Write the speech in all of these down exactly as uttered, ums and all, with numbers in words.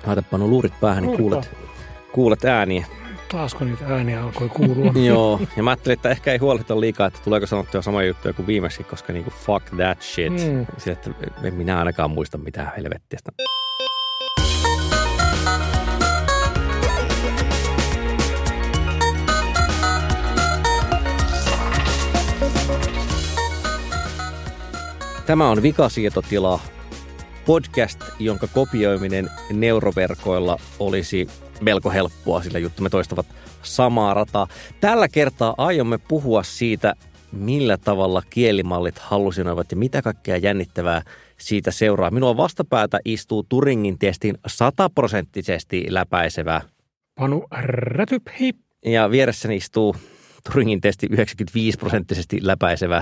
Laitapa nuo luurit päähän, niin kuulet, kuulet ääniä. Taasko niitä ääniä alkoi kuulua? Joo, ja mä ajattelin, että ehkä ei huolita liikaa, että tuleeko sanottua samoja juttuja kuin viimeksi, koska niinku fuck that shit. Mm. Sille, että en minä ainakaan muista mitään helvettiä. Tämä on Vikasietotila, podcast, jonka kopioiminen neuroverkoilla olisi melko helppoa, sillä juttumme toistavat samaa rataa. Tällä kertaa aiomme puhua siitä, millä tavalla kielimallit hallusinoivat ja mitä kaikkea jännittävää siitä seuraa. Minua vastapäätä istuu Turingin testin sataprosenttisesti läpäisevä Panu Rätyp, hei. Ja vieressäni istuu Turingin testi yhdeksänkymmentäviisi prosenttisesti läpäisevä.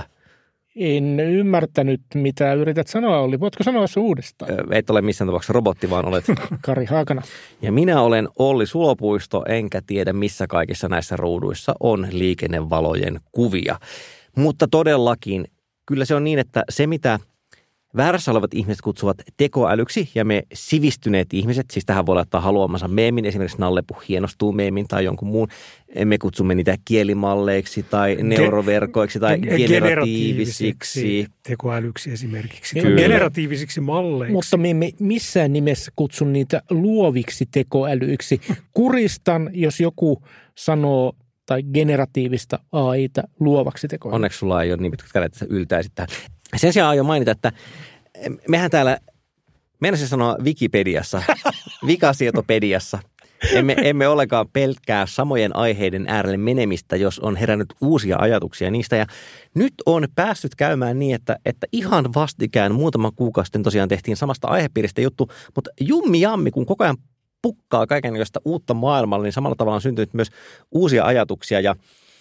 En ymmärtänyt, mitä yrität sanoa, Olli. Voitko sanoa se uudestaan? Et ole missään tapauksessa robotti, vaan olet Kari Haakana. Ja minä olen Olli Sulopuisto, enkä tiedä missä kaikissa näissä ruuduissa on liikennevalojen kuvia. Mutta todellakin, kyllä se on niin, että se mitä väärässä olevat ihmiset kutsuvat tekoälyksi ja me sivistyneet ihmiset, siis tähän voi laittaa haluamansa meemin, esimerkiksi Nallepu hienostuu meemin tai jonkun muun, me kutsumme niitä kielimalleiksi tai neuroverkoiksi tai Ge- generatiivisiksi. Tekoälyksi esimerkiksi. Kyllä. Generatiivisiksi malleiksi. Mutta me emme missään nimessä kutsu niitä luoviksi tekoälyiksi. Kuristan, jos joku sanoo tai generatiivista A I:tä luovaksi tekoälyksi. Onneksi sulla ei ole niin pitkät kädet, että sä yltäisit tähän. Sen sijaan aion mainita, että mehän täällä, meinasin sanoa Wikipediassa, Vikasietopediassa, emme, emme olekaan pelkkää samojen aiheiden äärelle menemistä, jos on herännyt uusia ajatuksia niistä. Ja nyt on päässyt käymään niin, että, että ihan vastikään muutama kuukausi sitten tosiaan tehtiin samasta aihepiiristä juttu, mutta jummi jammi, kun koko ajan pukkaa kaikenlaista uutta maailmalla, niin samalla tavalla on syntynyt myös uusia ajatuksia. Ja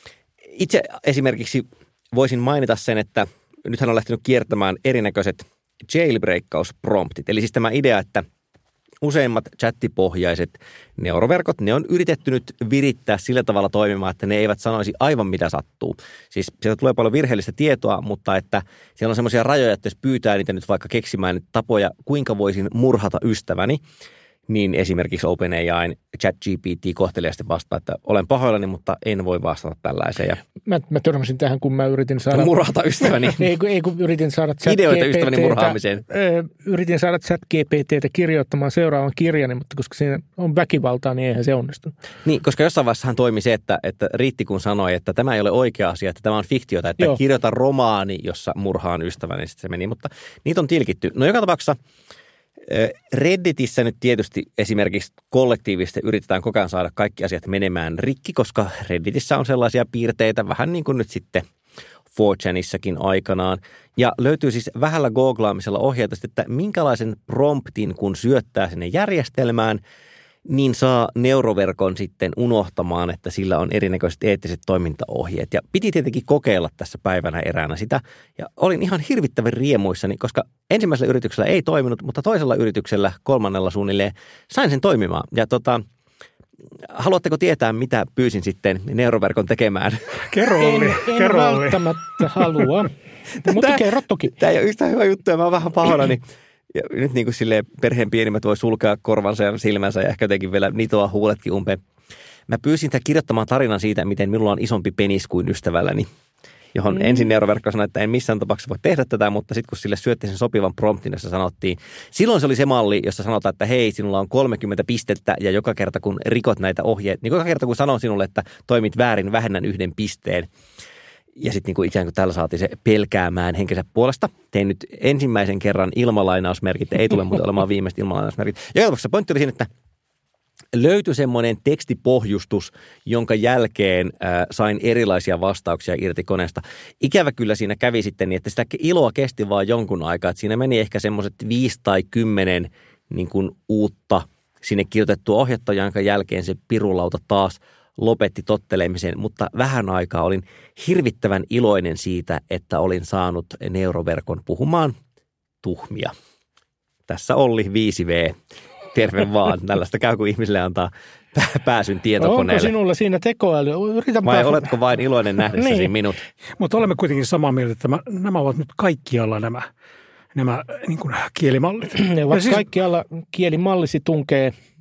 itse esimerkiksi voisin mainita sen, että nythän on lähtenyt kiertämään erinäköiset jailbreakkauspromptit. Eli siis tämä idea, että useimmat chattipohjaiset neuroverkot, ne on yritetty nyt virittää sillä tavalla toimimaan, että ne eivät sanoisi aivan mitä sattuu. Siis sieltä tulee paljon virheellistä tietoa, mutta että siellä on semmoisia rajoja, että jos pyytää niitä nyt vaikka keksimään tapoja, kuinka voisin murhata ystäväni, niin esimerkiksi OpenAI:n ChatGPT kohteliaasti vastaa, että olen pahoillani, mutta en voi vastata tällaiseen. Mä, mä törmäsin tähän, kun mä yritin saada... Murhata ystäväni. ei, kun, ei, kun yritin saada Ideoita ystäväni murhaamiseen. Ö, yritin saada ChatGPT:tä kirjoittamaan seuraavan kirjani, mutta koska siinä on väkivaltaa, niin eihän se onnistu. Niin, koska jossain vaiheessahan toimi se, että, että riitti kun sanoi, että tämä ei ole oikea asia, että tämä on fiktiota, että Joo. kirjoita romaani, jossa murhaan ystäväni, niin sitten se meni. Mutta niitä on tilkitty. No joka tapauksessa Redditissä nyt tietysti esimerkiksi kollektiivisesti yritetään koko ajan saada kaikki asiat menemään rikki, koska Redditissä on sellaisia piirteitä vähän niin kuin nyt sitten four chanissakin aikanaan. Ja löytyy siis vähällä googlaamisella ohjeita, että minkälaisen promptin kun syöttää sinne järjestelmään, niin saa neuroverkon sitten unohtamaan, että sillä on erinäköiset eettiset toimintaohjeet. Ja piti tietenkin kokeilla tässä päivänä eräänä sitä. Ja olin ihan hirvittävän riemuissani, koska ensimmäisellä yrityksellä ei toiminut, mutta toisella yrityksellä, kolmannella suunnilleen, sain sen toimimaan. Ja tota, haluatteko tietää, mitä pyysin sitten neuroverkon tekemään? Kerro Olli, En, en kerro Olli. välttämättä halua, mutta Tää- kerro toki. Tämä ei ole yhtään hyvä juttu ja mä oon vähän pahoillani. Ja nyt niin kuin silleen perheen pienimmät voi sulkea korvansa ja silmänsä ja ehkä jotenkin vielä nitoa huuletkin umpeen. Mä pyysin sitä kirjoittamaan tarinan siitä, miten minulla on isompi penis kuin ystävälläni, johon mm. ensin neuroverkko sanoi, että en missään tapauksessa voi tehdä tätä, mutta sitten kun sille syötti sen sopivan promptin, jossa sanottiin, silloin se oli se malli, jossa sanotaan, että hei, sinulla on kolmekymmentä pistettä ja joka kerta kun rikot näitä ohjeita, niin joka kerta kun sanon sinulle, että toimit väärin, vähennän yhden pisteen. Ja sitten niin ikään kuin tällä saatiin se pelkäämään henkensä puolesta. Tein nyt ensimmäisen kerran ilmalainausmerkit, ei tule muuten olemaan viimeiset ilmalainausmerkit. Ja jotka pointti oli siinä, että löytyi semmoinen tekstipohjustus, jonka jälkeen äh, sain erilaisia vastauksia irti koneesta. Ikävä kyllä siinä kävi sitten niin, että sitä iloa kesti vaan jonkun aikaa. Että siinä meni ehkä semmoiset viisi tai kymmenen niin kuin uutta sinne kirjoitettua ohjetta, jonka jälkeen se pirulauta taas lopetti tottelemisen, mutta vähän aikaa olin hirvittävän iloinen siitä, että olin saanut neuroverkon puhumaan tuhmia. Tässä Olli viisi V. Terve vaan. Tällaista käy, kun ihmisille antaa pääsyn tietokoneelle. Onko sinulla siinä tekoäly? Yritän Vai päästä. oletko vain iloinen nähdessäsi Niin. minut? Mutta olemme kuitenkin samaa mieltä, että nämä, nämä ovat nyt kaikkialla nämä, nämä niin kuin kielimallit. Ne ovat Ja siis- kaikkialla, kielimallisi tunkee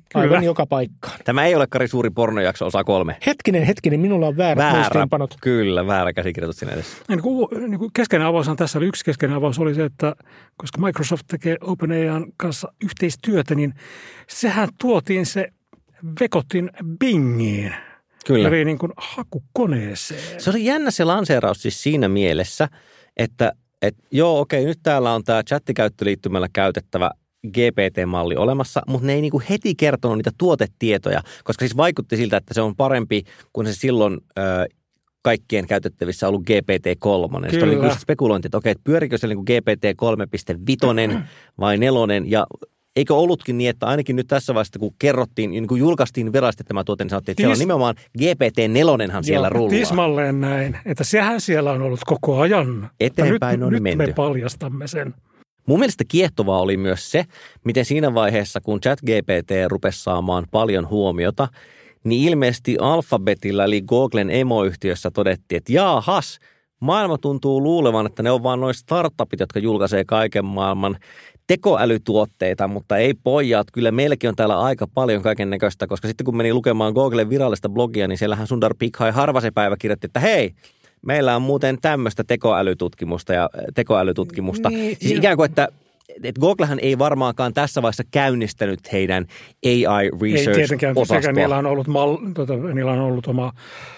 aivan Kyllä. joka paikkaan. Tämä ei ole Kari suuri pornojakso osa kolme. Hetkinen, hetkinen, minulla on väärät Väärä, muistiinpanot. kyllä, väärä käsikirjoitus siinä edessä. Niin kuin, niin kuin keskeinen avaushan tässä oli, yksi keskeinen avaus oli se, että koska Microsoft tekee OpenAIn kanssa yhteistyötä, niin sehän tuotiin se, vekottiin Bingiin. Kyllä. Eli niin kuin hakukoneeseen. Se oli jännä se lanseeraus siis siinä mielessä, että et, joo okei, nyt täällä on tämä chattikäyttöliittymällä käytettävä G P T-malli olemassa, mutta ne ei niinku heti kertonut niitä tuotetietoja, koska siis vaikutti siltä, että se on parempi kuin se silloin ö, kaikkien käytettävissä ollut G P T kolme. Sitten oli niinku spekulointi, että okei, että pyörikö se niinku G P T kolme piste viisi vai nelonen ja eikö ollutkin niin, että ainakin nyt tässä vaiheessa, kun kerrottiin, niin kun julkaistiin virallisesti tämä tuote, niin sanottiin, että Tis... siellä on nimenomaan G P T neljä siellä rullaa. Tismalleen näin, että sehän siellä on ollut koko ajan. Eteenpäin nyt, on nyt menty. me paljastamme sen. Mun mielestä kiehtovaa oli myös se, miten siinä vaiheessa, kun ChatGPT rupesi saamaan paljon huomiota, niin ilmeisesti Alphabetilla eli Googlen emoyhtiössä todettiin, että jaahas, maailma tuntuu luulevan, että ne on vaan noin startupit, jotka julkaisee kaiken maailman tekoälytuotteita, mutta ei pojat, kyllä meilläkin on täällä aika paljon kaiken näköistä, koska sitten kun meni lukemaan Googlen virallista blogia, niin siellähän Sundar Pichai harva se päivä kirjoitti, että hei, meillä on muuten tämmöistä tekoälytutkimusta ja tekoälytutkimusta. Niin, siis ikään kuin, että, että Googlehan ei varmaankaan tässä vaiheessa käynnistänyt heidän A I research-osastoa. Ei tietenkään, sekä niillä on ollut, mal, tota, niillä on ollut oma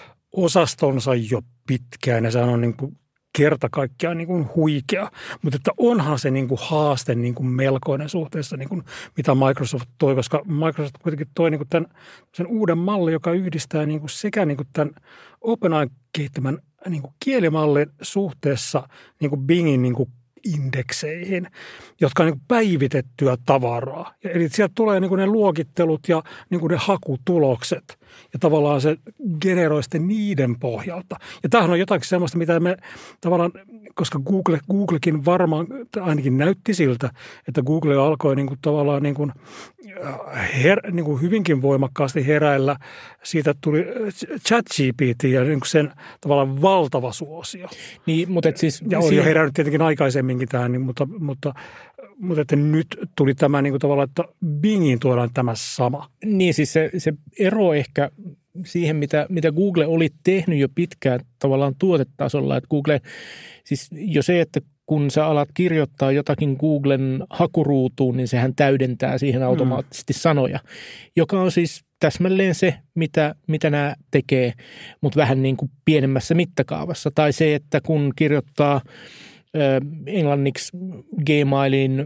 osastonsa jo pitkään ja sehän on niin kuin kerta kaikkiaan niin kuin huikea, mutta että onhan se niin kuin haaste niin kuin melkoinen suhteessa, niin kuin mitä Microsoft toi, koska Microsoft kuitenkin toi niin kuin tämän sen uuden mallin, joka yhdistää niin kuin sekä niin kuin tämän OpenAI kehittämän niin kuin kielimallin suhteessa niin kuin Bingin niin kuin indekseihin, jotka on niin kuin päivitettyä tavaraa. Eli sieltä tulee niin kuin ne luokittelut ja niin kuin ne hakutulokset ja tavallaan se generoi sitten niiden pohjalta. Ja tämähän on jotakin sellaista, mitä me tavallaan, koska Google, Googlekin varmaan ainakin näytti siltä, että Google alkoi niin kuin tavallaan niin kuin her, niin kuin hyvinkin voimakkaasti heräillä. Siitä tuli ChatGPT ja niin kuin sen tavallaan valtava suosio. Niin, mutta siis, ja oli jo herännyt tietenkin aikaisemminkin tähän, niin, mutta, mutta, mutta että nyt tuli tämä niin kuin tavallaan, että Bingiin tuodaan tämä sama. Niin siis se, se ero ehkä siihen, mitä, mitä Google oli tehnyt jo pitkään tavallaan tuotetasolla. Että Google, siis jo se, että kun sä alat kirjoittaa jotakin Googlen hakuruutuun, niin sehän täydentää siihen automaattisesti mm. sanoja, joka on siis täsmälleen se, mitä, mitä nämä tekee, mutta vähän niin kuin pienemmässä mittakaavassa. Tai se, että kun kirjoittaa ö, englanniksi Gmailin ö,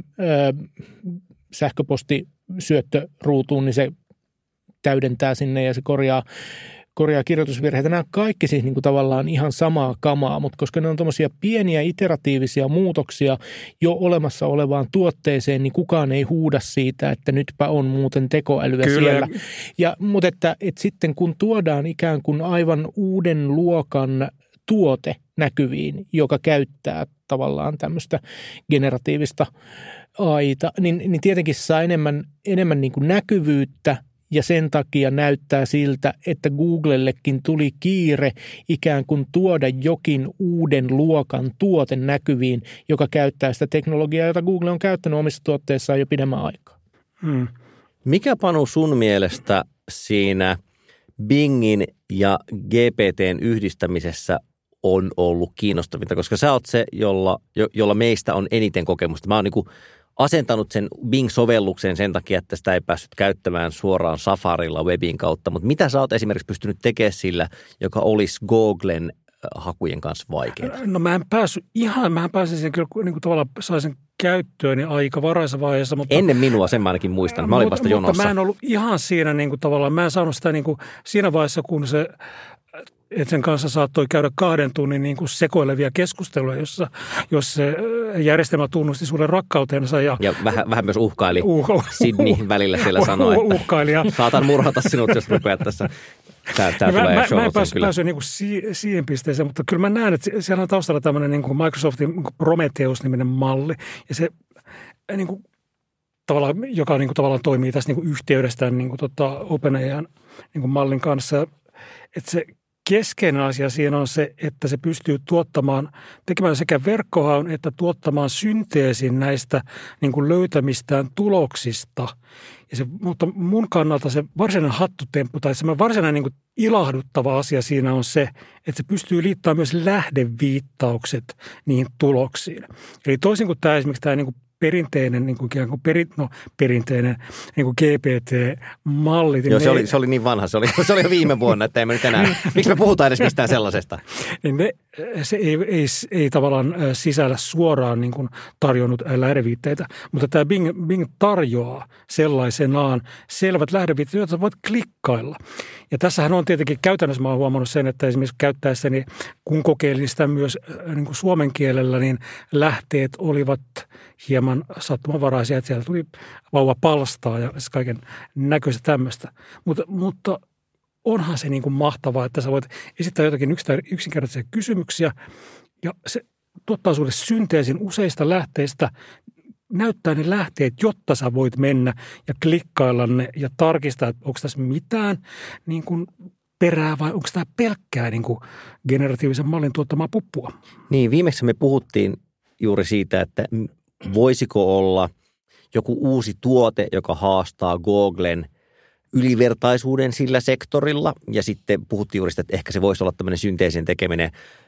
sähköpostisyöttöruutuun, niin se täydentää sinne ja se korjaa, korjaa kirjoitusvirheitä. Nämä kaikki siis niin kuin tavallaan ihan samaa kamaa, mutta koska ne on tommosia pieniä iteratiivisia muutoksia jo olemassa olevaan tuotteeseen, niin kukaan ei huuda siitä, että nytpä on muuten tekoälyä Kyllä. siellä. Ja, mutta että, että sitten kun tuodaan ikään kuin aivan uuden luokan tuote näkyviin, joka käyttää tavallaan tämmöistä generatiivista A I:ta, niin, niin tietenkin saa enemmän, enemmän niin kuin näkyvyyttä. Ja sen takia näyttää siltä, että Googlellekin tuli kiire ikään kuin tuoda jokin uuden luokan tuote näkyviin, joka käyttää sitä teknologiaa, jota Google on käyttänyt omissa tuotteissaan jo pidemmän aikaa. Hmm. Mikä, Panu, sun mielestä siinä Bingin ja G P T:n yhdistämisessä on ollut kiinnostavinta? Koska sä oot se, jolla, jo, jolla meistä on eniten kokemusta. Mä oon niin kuin asentanut sen Bing-sovelluksen sen takia, että sitä ei päässyt käyttämään suoraan Safarilla webin kautta. Mutta mitä sä oot esimerkiksi pystynyt tekemään sillä, joka olisi Googlen hakujen kanssa vaikeaa? No mä en päässyt ihan, mä en pääsin sen kyllä niin kuin tavallaan sain sen käyttööni aika varaisessa vaiheessa. Mutta, Ennen minua, sen mä ainakin muistan. Mä olin vasta jonossa. Mutta mä en ollut ihan siinä niin kuin tavallaan, mä en saanut sitä niin kuin siinä vaiheessa, kun se että sen kanssa saattoi käydä kahden tunnin niin kuin sekoilevia keskusteluja, jossa, jos se järjestelmä tunnusti sulle rakkautensa. Ja, ja vähän, vähän myös uhkaili. Uh, Sydney välillä siellä uh, sanoi, että uhkaili ja, saatan murhata sinut, jos rupeat tässä. Tää, tää no tulee mä, mä en päässyt päässyt niin kuin siihen pisteeseen, mutta kyllä mä näen, että siellä on taustalla tämmöinen niin kuin Microsoftin niin kuin Prometheus-niminen malli. Ja se, niin kuin, tavallaan, joka niin kuin, tavallaan toimii tässä niin kuin yhteydessä niin kuin, tota, OpenAI:n niin kuin mallin kanssa. Että se keskeinen asia siinä on se, että se pystyy tuottamaan, tekemään sekä verkkohaun että tuottamaan synteesin näistä niin kuin löytämistään tuloksista. Ja se, mutta mun kannalta se varsinainen hattutemppu tai se varsinainen niin kuin ilahduttava asia siinä on se, että se pystyy liittämään myös lähdeviittaukset niihin tuloksiin. Eli toisin kuin tämä esimerkiksi tämä niin kuin perinteinen, niin kuin, kuin peri, no, perinteinen niin kuin G P T-malli. Joo, se oli, se oli niin vanha. Se oli, se oli jo viime vuonna, että ei me nyt enää. Miksi me puhutaan edes mistään sellaisesta? Niin me, se ei, ei, ei tavallaan sisällä suoraan niin kuin tarjonnut lähdeviitteitä, mutta tämä Bing, Bing tarjoaa sellaisenaan selvät lähdeviitteet, joita voit klikkailla. Ja tässähän on tietenkin käytännössä, mä oon huomannut sen, että esimerkiksi käyttäessäni, kun kokeilin sitä myös niin kuin suomen kielellä, niin lähteet olivat hieman sattumanvaraisia, että sieltä tuli vauva palstaa ja kaiken näköistä tämmöistä. Mutta, mutta onhan se niin kuin mahtavaa, että sä voit esittää jotakin yksinkertaisia kysymyksiä ja se tuottaa sulle synteesin useista lähteistä, näyttää ne lähteet, jotta sä voit mennä ja klikkailla ne ja tarkistaa, että onko tässä mitään niin kuin perää vai onko tämä pelkkää niin kuin generatiivisen mallin tuottamaa puppua. Niin, viimeksi me puhuttiin juuri siitä, että voisiko olla joku uusi tuote, joka haastaa Googlen ylivertaisuuden sillä sektorilla. Ja sitten puhuttiin juuri sitä, että ehkä se voisi olla tämmöinen synteesin tekeminen.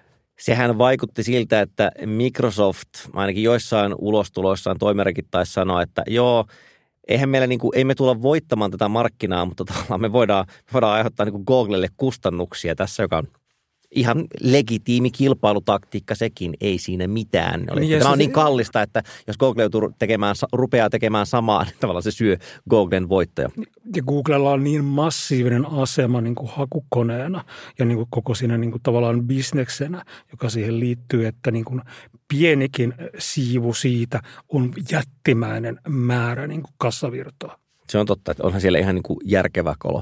Sehän vaikutti siltä, että Microsoft ainakin joissain ulostuloissaan toimerekin taisi sanoa, että joo, eihän meillä niin kuin, ei me tulla voittamaan tätä markkinaa, mutta me voidaan, me voidaan aiheuttaa niin kuin Googlelle kustannuksia tässä, joka on ihan legitiimi kilpailutaktiikka sekin, ei siinä mitään. Oli, niin tämä on niin kallista, että jos Google joutuu tekemään, rupeaa tekemään samaa, niin tavallaan se syö Googlen voittoja. Ja Googlella on niin massiivinen asema niin kuin hakukoneena ja niin kuin koko siinä niin kuin tavallaan bisneksenä, joka siihen liittyy, että niin kuin pienikin siivu siitä on jättimäinen määrä niin kuin kassavirtoa. Se on totta, että onhan siellä ihan niin kuin järkevä kolo.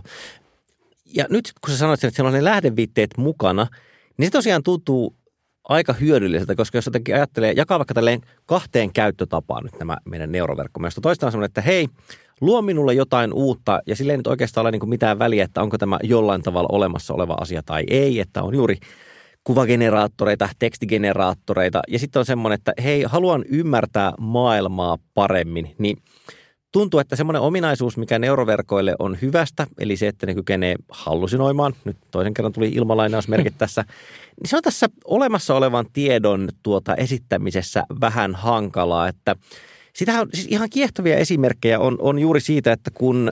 Ja nyt kun sä sanoit, että siellä on ne lähdeviitteet mukana, niin se tosiaan tuntuu aika hyödylliseltä, koska jos jotenkin ajattelee, jakaa vaikka tälleen kahteen käyttötapaan nyt nämä meidän neuroverkkomeista. Toista on semmoinen, että hei, luo minulle jotain uutta ja sillä ei nyt oikeastaan ole niin kuin mitään väliä, että onko tämä jollain tavalla olemassa oleva asia tai ei, että on juuri kuvageneraattoreita, tekstigeneraattoreita ja sitten on semmoinen, että hei, haluan ymmärtää maailmaa paremmin, niin tuntuu, että semmoinen ominaisuus, mikä neuroverkoille on hyvästä, eli se, että ne kykenee hallusinoimaan, nyt toisen kerran tuli ilmalainausmerkit tässä, niin se on tässä olemassa olevan tiedon tuota esittämisessä vähän hankalaa, että sitähän siis ihan kiehtovia esimerkkejä on, on juuri siitä, että kun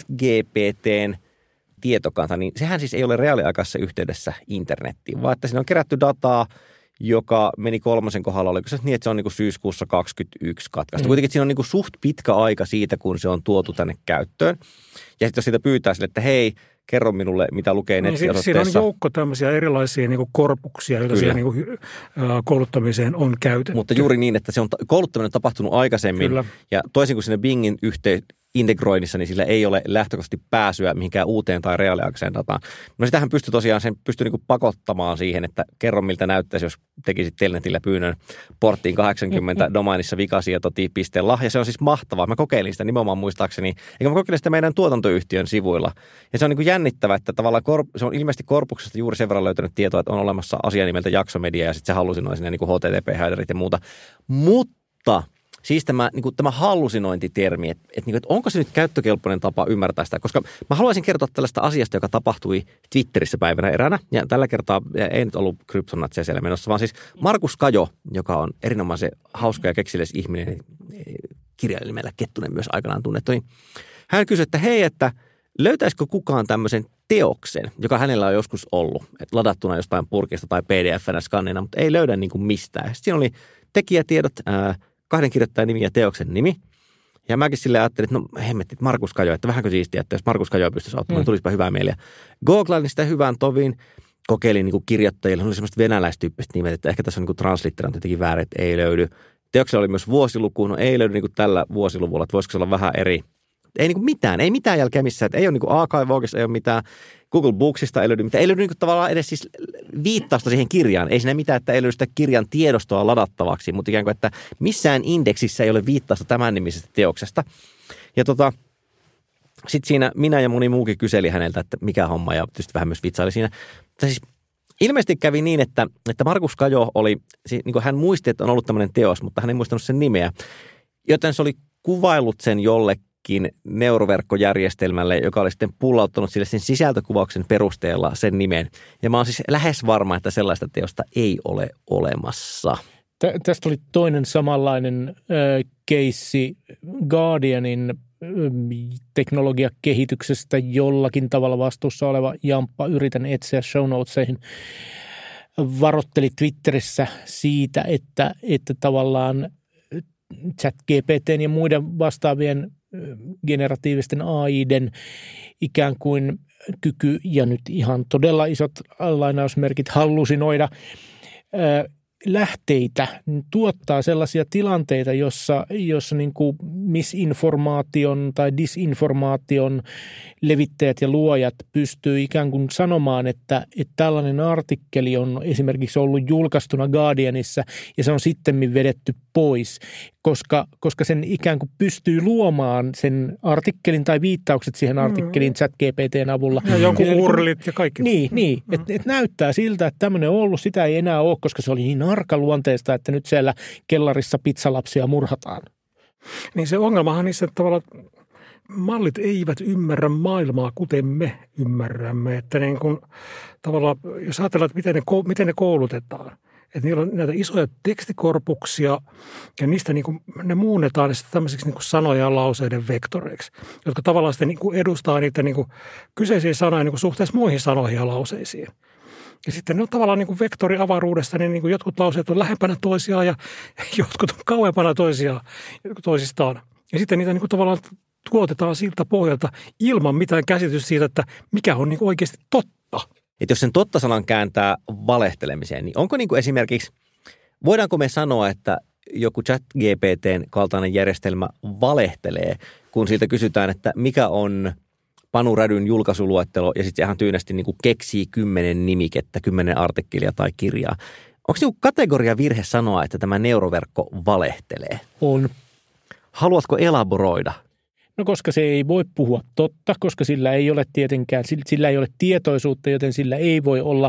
ChatGPTn tietokanta, niin sehän siis ei ole reaaliaikaisessa yhteydessä internettiin, vaan että siinä on kerätty dataa, joka meni kolmosen kohdalla, oliko se niin, että se on niin kuin syyskuussa kaksikymmentäyksi katkaistu. Mm. Kuitenkin siinä on niin kuin suht pitkä aika siitä, kun se on tuotu tänne käyttöön. Ja sitten jos sitä pyytää sille, että hei, kerro minulle, mitä lukee niin, nettiosoitteessa. Siinä on joukko tämmöisiä erilaisia niin kuin korpuksia, joita siihen niin kuin, kouluttamiseen on käytetty. Mutta juuri niin, että se on kouluttaminen on tapahtunut aikaisemmin. Kyllä. Ja toisin kuin sinne Bingin yhteen integroinnissa, niin sillä ei ole lähtökohtaisesti pääsyä mihinkään uuteen tai reaaliaikaiseen dataan. No sitähän pystyy tosiaan, sen pystyy niin kuin pakottamaan siihen, että kerro miltä näyttäisi, jos tekisit Telnetillä pyynnön porttiin kahdeksankymmentä mm-hmm. domainissa vikasietoti.la. Ja se on siis mahtavaa. Mä kokeilin sitä nimenomaan muistaakseni, eikä mä kokeilin sitä meidän tuotantoyhtiön sivuilla. Ja se on niin kuin jännittävä, että tavallaan korp, se on ilmeisesti korpuksesta juuri sen verran löytänyt tietoa, että on olemassa asia nimeltä jaksomedia ja sitten se hallusinoi sinne niin kuin H T T P-häyderit ja muuta. Mutta siis tämä, niin kuin, tämä hallusinointitermi, että, että, että onko se nyt käyttökelpoinen tapa ymmärtää sitä, koska mä haluaisin kertoa tällaista asiasta, joka tapahtui Twitterissä päivänä eräänä, ja tällä kertaa ei nyt ollut kryptonatsia siellä menossa, vaan siis Markus Kajo, joka on erinomaisen hauska ja kekseliäs ihminen, kirjailimellä Kettunen myös aikanaan tunnettu, niin hän kysyi, että hei, että löytäisikö kukaan tämmöisen teoksen, joka hänellä on joskus ollut, että ladattuna jostain purkista tai P D F-nä skannina, mutta ei löydä niin kuin mistään. Sitten siinä oli tekijätiedot, ää, kahden kirjoittajan nimi ja teoksen nimi. Ja mäkin sille ajattelin, että no hemmetti, Markus Kajo, että vähänkö siistiä, että jos Markus Kajo pystyisi auttamaan, mm. niin tulisipa hyvää mieliä. Googlailin sitä hyvään toviin, kokeilin niin kuin kirjoittajille, oli semmoista venäläistyyppistä nimet, että ehkä tässä on niin kuin translitteran jotenkin väärin, että ei löydy. Teoksella oli myös vuosiluku, no ei löydy niin kuin tällä vuosiluvulla, että voisiko se olla vähän eri. Ei niin kuin mitään, ei mitään jälkeä missään, että ei ole niin kuin Archive-Voguessa, ei ole mitään, Google Booksista ei löydy mitään, ei löydy niin kuin tavallaan edes siis viittausta siihen kirjaan, ei siinä mitään, että ei löydy sitä kirjan tiedostoa ladattavaksi, mutta ikään kuin, että missään indeksissä ei ole viittausta tämän nimisestä teoksesta. Ja tota, sitten siinä minä ja moni muukin kyseli häneltä, että mikä homma, ja tietysti vähän myös vitsaili siinä. Mutta siis ilmeisesti kävi niin, että, että Markus Kajo oli, siis niin kuin hän muisti, että on ollut tämmöinen teos, mutta hän ei muistanut sen nimeä. Joten se oli kuvaillut sen jollekin neuroverkkojärjestelmälle, joka oli sitten pullauttanut sille sen sisältökuvauksen perusteella sen nimen. Ja mä oon siis lähes varma, että sellaista teosta ei ole olemassa. Tä, tästä oli toinen samanlainen äh, keissi Guardianin äh, teknologiakehityksestä jollakin tavalla vastuussa oleva Jamppa. Yritän etsiä show notesihin. Varoitteli Twitterissä siitä, että, että tavallaan ChatGPT:n ja muiden vastaavien generatiivisten A I:den ikään kuin kyky ja nyt ihan todella isot lainausmerkit hallusinoida lähteitä tuottaa sellaisia tilanteita, jossa, jossa niin kuin misinformaation tai disinformaation levittäjät ja luojat pystyy ikään kuin sanomaan, että, että tällainen artikkeli on esimerkiksi ollut julkaistuna Guardianissa ja se on sittemmin vedetty pois, koska, koska sen ikään kuin pystyy luomaan sen artikkelin tai viittaukset siihen artikkeliin ChatGPT:n avulla. Ja jonkun urlit ja kaikki. Niin, niin mm-hmm. että et näyttää siltä, että tämmöinen on ollut, sitä ei enää ole, koska se oli niin arkaluonteista, että nyt siellä kellarissa pizzalapsia murhataan. Niin se ongelmahan niissä tavallaan, mallit eivät ymmärrä maailmaa, kuten me ymmärrämme. Että niin kuin, tavallaan, jos ajatellaan, että miten ne, miten ne koulutetaan, että niillä on näitä isoja tekstikorpuksia ja niistä niin kuin, ne muunnetaan ne tämmöisiksi niin kuin sanoja ja lauseiden vektoreiksi, jotka tavallaan sitten niin kuin edustaa niitä niin kuin kyseisiä sanoja niin kuin suhteessa muihin sanoihin ja lauseisiin. Ja sitten ne on tavallaan niin kuin vektoriavaruudesta, niin, niin kuin jotkut lauseet on lähempänä toisiaan ja jotkut on kauempana toisiaan, toisistaan. Ja sitten niitä niin kuin tavallaan tuotetaan siltä pohjalta ilman mitään käsitystä siitä, että mikä on niin kuin oikeasti totta. Että jos sen totta-sanan kääntää valehtelemiseen, niin onko niin kuin esimerkiksi, voidaanko me sanoa, että joku ChatGPT:n kaltainen järjestelmä valehtelee, kun siltä kysytään, että mikä on Panu Rädyn julkaisuluettelo, ja sitten se ihan tyynesti niin kuin keksii kymmenen nimikettä, kymmenen artikkelia tai kirjaa. Onko niin kuin kategoriavirhe sanoa, että tämä neuroverkko valehtelee? On. Haluatko elaboroida? No koska se ei voi puhua totta, koska sillä ei ole tietenkään, sillä ei ole tietoisuutta, joten sillä ei voi olla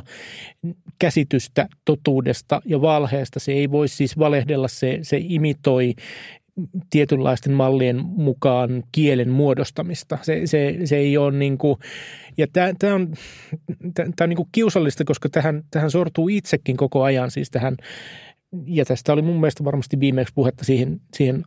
käsitystä totuudesta ja valheesta. Se ei voi siis valehdella, se, se imitoi tietynlaisten mallien mukaan kielen muodostamista. Se, se, se ei ole niin kuin, ja tämä on, tämä on niin kuin kiusallista, koska tähän, tähän sortuu itsekin koko ajan, siis tähän, ja tästä oli mun mielestä varmasti viimeksi puhetta siihen, siihen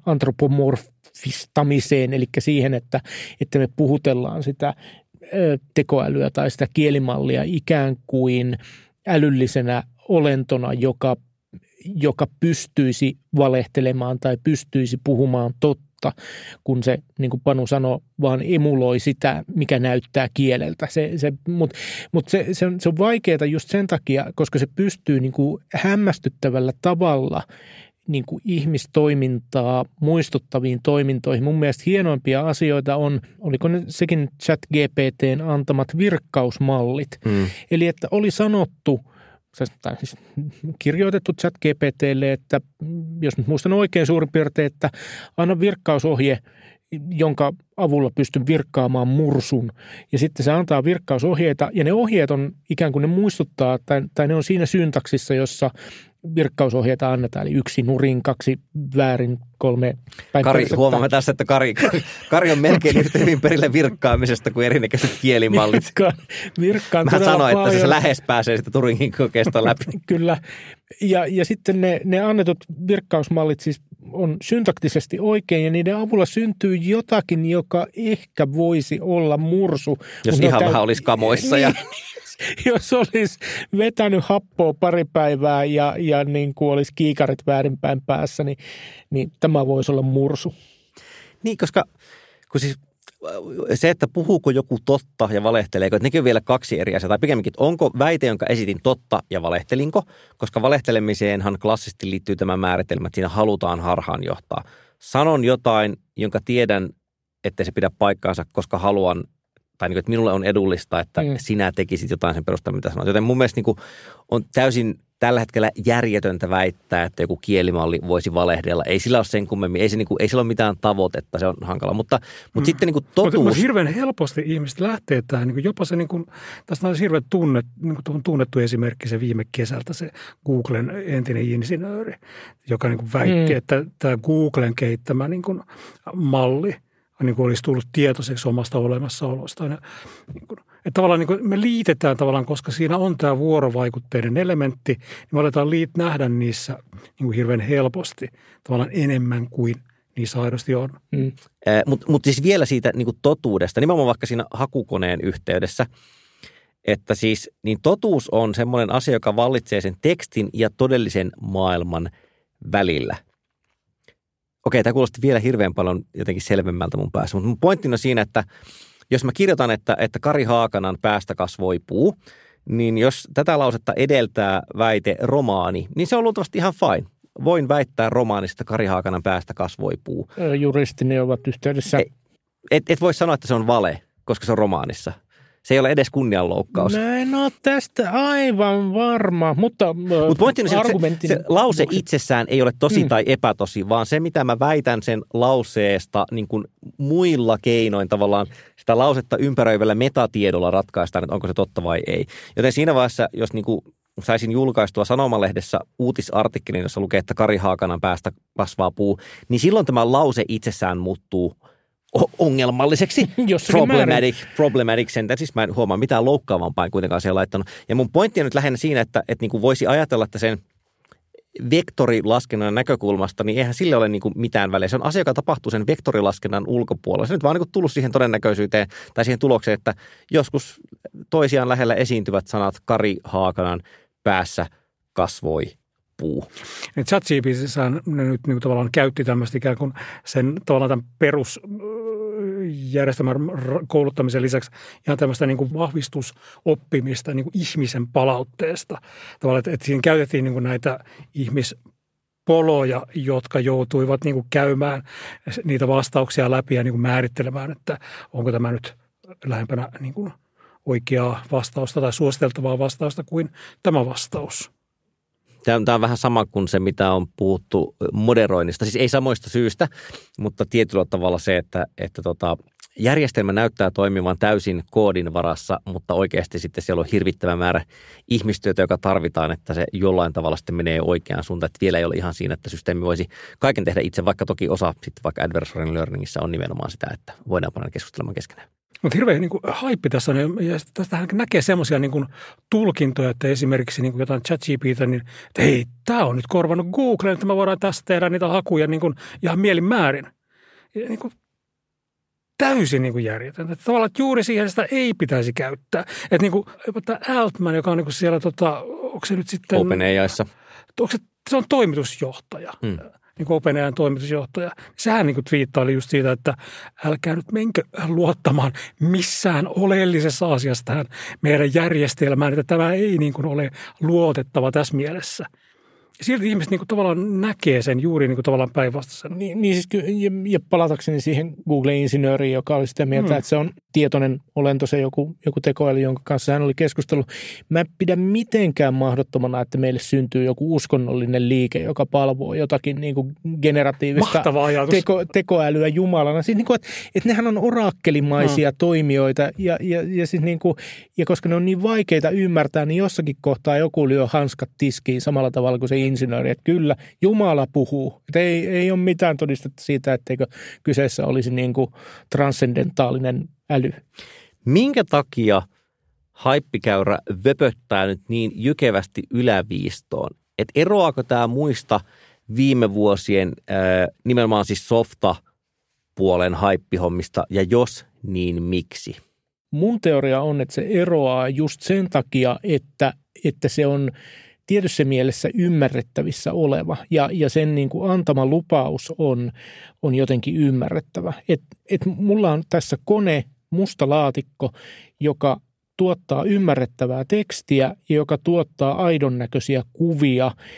antropomorfistamiseen, eli siihen, että, että me puhutellaan sitä tekoälyä tai sitä kielimallia ikään kuin älyllisenä olentona, joka joka pystyisi valehtelemaan tai pystyisi puhumaan totta, kun se, niin kuin Panu sanoi, vaan emuloi sitä, mikä näyttää kieleltä. Se, se, Mutta mut se, se, on, se on vaikeaa just sen takia, koska se pystyy niin kuin hämmästyttävällä tavalla niin kuin ihmistoimintaa muistuttaviin toimintoihin. Mun mielestä hienoimpia asioita on, oliko ne sekin ChatGPT:n antamat virkkausmallit. Mm. Eli että oli sanottu, tai siis kirjoitettu ChatGPT:lle, että jos nyt muistan oikein suurin piirtein, että anna virkkausohje, jonka avulla pystyn virkkaamaan mursun. Ja sitten se antaa virkkausohjeita, ja ne ohjeet on ikään kuin ne muistuttaa, tai, tai ne on siinä syntaksissa, jossa virkkausohjeita annetaan, eli yksi nurin, kaksi väärin, kolme päin. Kari, huomaamme tässä, että Kari, Kari on melkein yhtä hyvin perille virkkaamisesta kuin erinäköiset kielimallit. Virkkaan, virkkaan Mä sanoin, että se lähes pääsee sitä Turingin kokeesta läpi. Kyllä, ja, ja sitten ne, ne annetut virkkausmallit siis on syntaktisesti oikein, ja niiden avulla syntyy jotakin, joka ehkä voisi olla mursu. Jos ihan vähän olisi kamoissa. Ja jos olisi vetänyt happoa pari päivää ja, ja niin kuin olisi kiikarit väärinpäin päässä, niin, niin tämä voisi olla mursu. Niin, koska kun siis se, että puhuuko joku totta ja valehteleeko, että nekin on vielä kaksi eri asiaa. Tai pikemminkin, onko väite, jonka esitin totta ja valehtelinko, koska valehtelemiseenhan klassisesti liittyy tämä määritelmä, että siinä halutaan harhaan johtaa. Sanon jotain, jonka tiedän, että se pidä paikkaansa, koska haluan tai niin kuin, että minulle on edullista, että mm. sinä tekisit jotain sen perusteella, mitä sanoit. Joten mun mielestä niin kuin, on täysin tällä hetkellä järjetöntä väittää, että joku kielimalli voisi valehdella. Ei sillä ole sen kummemmin, ei, se, niin kuin, ei sillä ole mitään tavoitetta, se on hankala. Mutta, mutta mm. sitten niin kuin totuus... Mutta, mutta hirveän helposti ihmiset lähtee tähän, niin kuin jopa se, niin kuin, tästä on hirveän tunnet, niin kuin tunnettu esimerkki se viime kesältä, se Googlen entinen insinööri, joka niin kuin väitti, mm. että tämä Googlen kehittämä niin kuin malli niin kuin olisi tullut tietoiseksi omasta olemassaolostaan. Ja, niin kuin, että tavallaan niin kuin me liitetään tavallaan, koska siinä on tämä vuorovaikutteinen elementti, niin me aletaan liit, nähdä niissä niin kuin hirveän helposti tavallaan enemmän kuin niissä aidosti on. Mm. Eh, Mutta mut siis vielä siitä niin kuin totuudesta, nimenomaan vaikka siinä hakukoneen yhteydessä, että siis niin totuus on semmoinen asia, joka vallitsee sen tekstin ja todellisen maailman välillä. Okei, tämä kuulosti vielä hirveän paljon jotenkin selvemmältä mun päässä, mutta mun pointti on siinä, että jos mä kirjoitan, että, että Kari Haakanan päästä kasvoi puu, niin jos tätä lausetta edeltää väite romaani, niin se on luultavasti ihan fine. Voin väittää romaanista Kari Haakanan päästä kasvoi puu. Juristini ovat yhteydessä. Et, et, et voi sanoa, että se on vale, koska se on romaanissa. Se ei ole edes kunnianloukkaus. Mä en ole tästä aivan varma, mutta Mut pointti on se, argumentin... se, se lause itsessään ei ole tosi mm. tai epätosi, vaan se, mitä mä väitän sen lauseesta niin kuin muilla keinoin tavallaan sitä lausetta ympäröivällä metatiedolla ratkaistaan, että onko se totta vai ei. Joten siinä vaiheessa, jos niin kuin saisin julkaistua Sanomalehdessä uutisartikkelin, jossa lukee, että Kari Haakanan päästä kasvaa puu, niin silloin tämä lause itsessään muuttuu ongelmalliseksi. problematic, problematic sentence. Siis mä en huomaa mitään loukkaavampaa en kuitenkaan siellä laittanut. Ja mun pointti on nyt lähinnä siinä, että, että niin kuin voisi ajatella, että sen vektorilaskennan näkökulmasta, niin eihän sille ole niin kuin mitään väliä. Se on asia, joka tapahtuu sen vektorilaskennan ulkopuolella. Se nyt vaan niin kuin tullut siihen todennäköisyyteen tai siihen tulokseen, että joskus toisiaan lähellä esiintyvät sanat Kari Haakanan päässä kasvoi puu. ChatGPT:ssähän ne nyt niin tavallaan käytti tämmöistä ikään kuin sen tavallaan tämän perusjärjestelmän kouluttamisen lisäksi ihan tämmöistä niin kuin vahvistusoppimista niin kuin ihmisen palautteesta. Tavallaan, että, että siinä käytettiin niin kuin näitä ihmispoloja, jotka joutuivat niin kuin käymään niitä vastauksia läpi ja niin kuin määrittelemään, että onko tämä nyt lähempänä niin kuin oikeaa vastausta tai suositeltavaa vastausta kuin tämä vastaus. Tämä on vähän sama kuin se, mitä on puhuttu moderoinnista. Siis ei samoista syystä, mutta tietyllä tavalla se, että, että tota, järjestelmä näyttää toimivan täysin koodin varassa, mutta oikeasti sitten siellä on hirvittävä määrä ihmistyötä, joka tarvitaan, että se jollain tavalla sitten menee oikeaan suuntaan. Että vielä ei ole ihan siinä, että systeemi voisi kaiken tehdä itse, vaikka toki osa sitten vaikka adversarial learningissa on nimenomaan sitä, että voidaan panna keskustelemaan keskenään. Mutta hirveän niin kuin haippi tässä on, ja tästähän näkee semmoisia niin kuin tulkintoja, että esimerkiksi niin kuin jotain ChatGPT, niin että hei, tämä on nyt korvannut Googlen, että me voidaan tässä tehdä niitä hakuja niin kuin ihan mielinmäärin. Ja niin kuin täysin niin kuin järjetöntä. Että tavallaan että juuri siihen sitä ei pitäisi käyttää. Että niin kuin tämä Altman, joka on niin kuin siellä, tota, onko se nyt sitten... OpenAIssa. Onko se, se on toimitusjohtaja. Hmm. Niin kuin OpenAI:n toimitusjohtaja, sehän niin kuin twiittaili just siitä, että älkää nyt menkö luottamaan missään oleellisessa asiassa tähän meidän järjestelmään, että tämä ei niin kuin ole luotettava tässä mielessä. Ja silti ihmiset niin kuin tavallaan näkee sen juuri niin kuin tavallaan päinvastaisena. Niin, niin siis, ja, ja palatakseni siihen Google-insinööriin, joka oli sitä mieltä, hmm. että se on tietoinen olento, se joku, joku tekoäly, jonka kanssa hän oli keskustellut. Mä en pidä mitenkään mahdottomana, että meille syntyy joku uskonnollinen liike, joka palvoo jotakin niin kuin generatiivista teko, tekoälyä jumalana. Siis niin kuin, että, että nehän on orakkelimaisia hmm. toimijoita, ja, ja, ja, siis niin kuin, ja koska ne on niin vaikeita ymmärtää, niin jossakin kohtaa joku lyö hanskat tiskiin samalla tavalla kuin se insinööri, että kyllä, Jumala puhuu. Että ei, ei ole mitään todistetta siitä, etteikö kyseessä olisi niin kuin transcendentaalinen äly. Minkä takia haippikäyrä vöpöttää nyt niin jykevästi yläviistoon? Että eroaako tämä muista viime vuosien äh, nimenomaan siis softa-puolen haippihommista, ja jos, niin miksi? Mun teoria on, että se eroaa just sen takia, että, että se on tietyssä mielessä ymmärrettävissä oleva ja, ja sen niin kuin antama lupaus on, on jotenkin ymmärrettävä. Et, et mulla on tässä kone, musta laatikko, joka tuottaa ymmärrettävää tekstiä ja joka tuottaa aidon näköisiä kuvia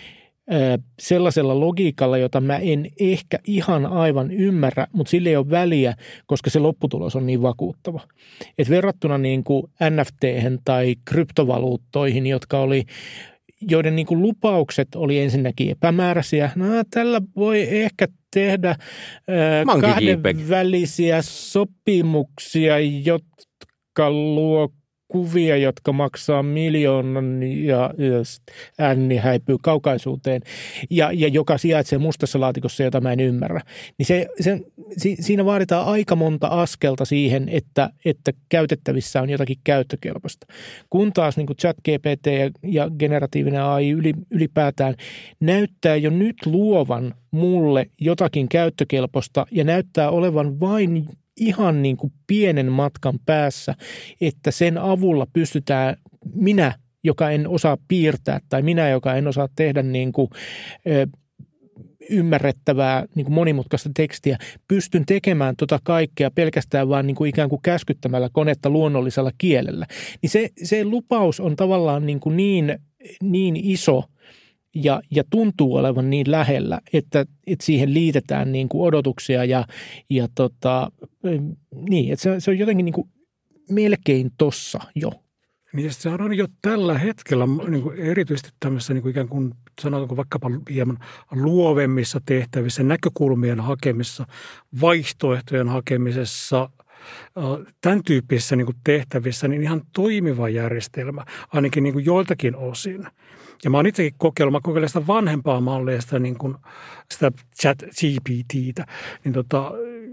sellaisella logiikalla, jota mä en ehkä ihan aivan ymmärrä, mutta sillä ei ole väliä, koska se lopputulos on niin vakuuttava. Et verrattuna niin kuin N F T:hen tai kryptovaluuttoihin, jotka oli joiden niin kuin lupaukset oli ensinnäkin epämääräisiä. No, tällä voi ehkä tehdä ää, kahdenvälisiä sopimuksia, jotka luo kuvia, jotka maksaa miljoonan ja, ja ääni häipyy kaukaisuuteen ja, ja joka sijaitsee mustassa laatikossa, jota mä en ymmärrä. Niin se, se, si, siinä vaaditaan aika monta askelta siihen, että, että käytettävissä on jotakin käyttökelpoista. Kun taas niin kuin ChatGPT ja, ja generatiivinen A I yli, ylipäätään näyttää jo nyt luovan mulle jotakin käyttökelpoista ja näyttää olevan vain ihan niin kuin pienen matkan päässä, että sen avulla pystytään minä, joka en osaa piirtää tai minä, joka en osaa tehdä niin kuin, ö, ymmärrettävää niin kuin monimutkaista tekstiä, pystyn tekemään tota kaikkea pelkästään vaan niin kuin ikään kuin käskyttämällä konetta luonnollisella kielellä. Niin se, se lupaus on tavallaan niin, kuin niin, niin iso, Ja, ja tuntuu olevan niin lähellä, että, että siihen liitetään niin kuin odotuksia ja, ja tota, niin, että se, se on jotenkin niin kuin melkein tossa jo. Niin se on jo tällä hetkellä niin kuin erityisesti tämmöisessä niin kuin ikään kuin sanotaanko vaikkapa hieman luovemmissa tehtävissä, näkökulmien hakemisessa, vaihtoehtojen hakemisessa, tämän tyyppisissä niin kuin tehtävissä, niin ihan toimiva järjestelmä, ainakin niin kuin joiltakin osin. Ja mä oon itsekin kokeillut, mä kokeilin sitä vanhempaa mallia, sitä, niin kuin, sitä chat G P T:tä, niin tota,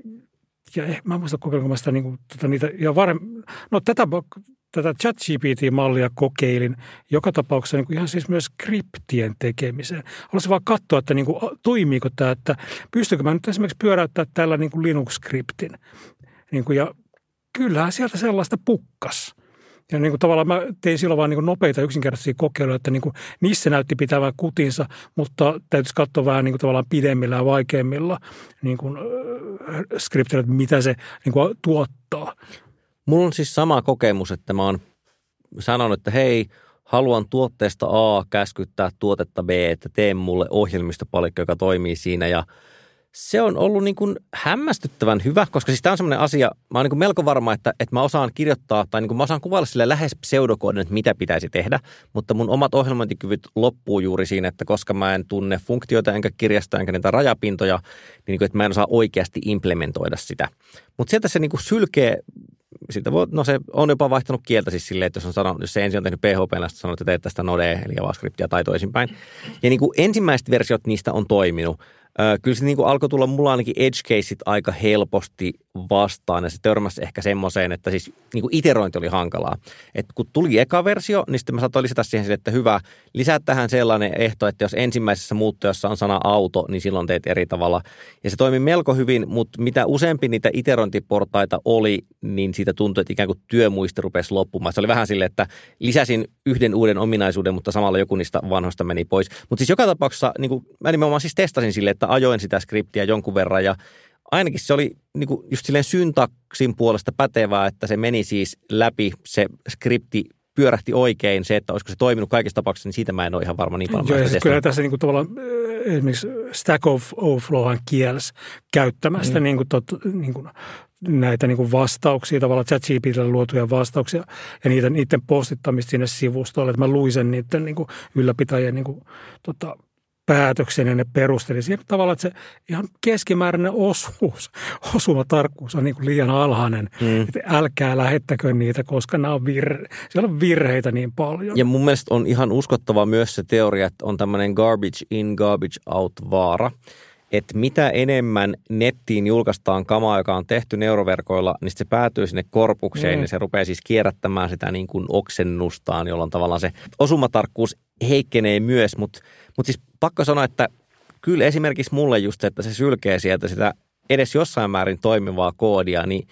ja eh, mä en muista kokeilinko mä sitä niin kuin, tota, niitä, ja varm, no tätä, tätä chat G P T-mallia kokeilin joka tapauksessa niin kuin ihan siis myös skriptien tekemiseen. Haluaisin vaan katsoa, että niin kuin, toimiiko tämä, että pystyykö mä nyt esimerkiksi pyöräyttämään tällä niin kuin Linux-skriptin. Niin kuin, ja kyllähän sieltä sellaista pukkas. Ja niin kuin tavallaan mä tein silloin vaan niin kuin nopeita yksinkertaisia kokeiluja, että niin kuin niissä näytti pitävän kutinsa, mutta täytyisi katsoa vähän niin kuin tavallaan pidemmillä ja vaikeimmilla niin kuin, äh, skriptillä, että mitä se niin kuin tuottaa. Mulla on siis sama kokemus, että mä oon sanonut, että hei, haluan tuotteesta A käskyttää tuotetta B, että tee mulle ohjelmistopalikka, joka toimii siinä ja se on ollut niin kuin hämmästyttävän hyvä, koska siis tämä on semmoinen asia, mä oon niin kuin melko varma, että, että mä osaan kirjoittaa tai niin kuin mä osaan kuvailla sille lähes pseudokoodin, että mitä pitäisi tehdä, mutta mun omat ohjelmointikyvyt loppuu juuri siinä, että koska mä en tunne funktioita enkä kirjastoja enkä niitä rajapintoja, niin, niin kuin, että mä en osaa oikeasti implementoida sitä. Mutta sieltä se niin kuin sylkee, siitä voi, no se on jopa vaihtanut kieltä siis silleen, että jos, on sanonut, jos se ensin on tehnyt P H P, sitten sanoo, että teet tästä Node eli JavaScriptia tai toisinpäin. Ja niin kuin ensimmäiset versiot niistä on toiminut. Kyllä se niin kuin alkoi tulla mulla ainakin edge caseit aika helposti vastaan ja se törmäsi ehkä semmoiseen, että siis niin kuin iterointi oli hankalaa. Et kun tuli eka versio, niin sitten mä saatoin lisätä siihen sille, että hyvä, lisää tähän sellainen ehto, että jos ensimmäisessä muuttujassa on sana auto, niin silloin teet eri tavalla. Ja se toimi melko hyvin, mutta mitä useampi niitä iterointiportaita oli, niin siitä tuntui, että ikään kuin työmuisti rupesi loppumaan. Se oli vähän silleen, että lisäsin yhden uuden ominaisuuden, mutta samalla joku niistä vanhoista meni pois. Mutta siis joka tapauksessa, niin kuin, mä nimenomaan siis testasin silleen, että ajoin sitä skriptiä jonkun verran ja ainakin se oli niin kuin just silleen syntaksin puolesta pätevää, että se meni siis läpi, se skripti pyörähti oikein. Se, että olisiko se toiminut kaikissa tapauksissa, niin siitä mä en ole ihan varma niin paljon. Joo, ja siis kyllä tässä niin kuin tavallaan esimerkiksi Stack Overflowhan kielsi käyttämästä mm. niin kuin tot, niin kuin näitä niin kuin vastauksia, tavallaan ChatGPT:llä luotuja vastauksia ja niitä, niiden postittamista sinne sivustolle. Että mä luin sen niiden niin kuin ylläpitäjien niin kuin, tota, päätöksen ja ne perusteli siinä tavalla, että se ihan keskimääräinen osuus, osumatarkkuus on niin kuin liian alhainen. Mm. Että älkää lähettäkö niitä, koska nämä on virhe, siellä on virheitä niin paljon. Ja mun mielestä on ihan uskottava myös se teoria, että on tämmöinen garbage in, garbage out vaara. Että mitä enemmän nettiin julkaistaan kamaa, joka on tehty neuroverkoilla, niin se päätyy sinne korpukseen mm. ja se rupeaa siis kierrättämään sitä niin kuin oksennustaan, jolloin tavallaan se osumatarkkuus heikkenee myös, mutta mut siis pakko sanoa, että kyllä esimerkiksi mulle just se, että se sylkee sieltä sitä edes jossain määrin toimivaa koodia, niin,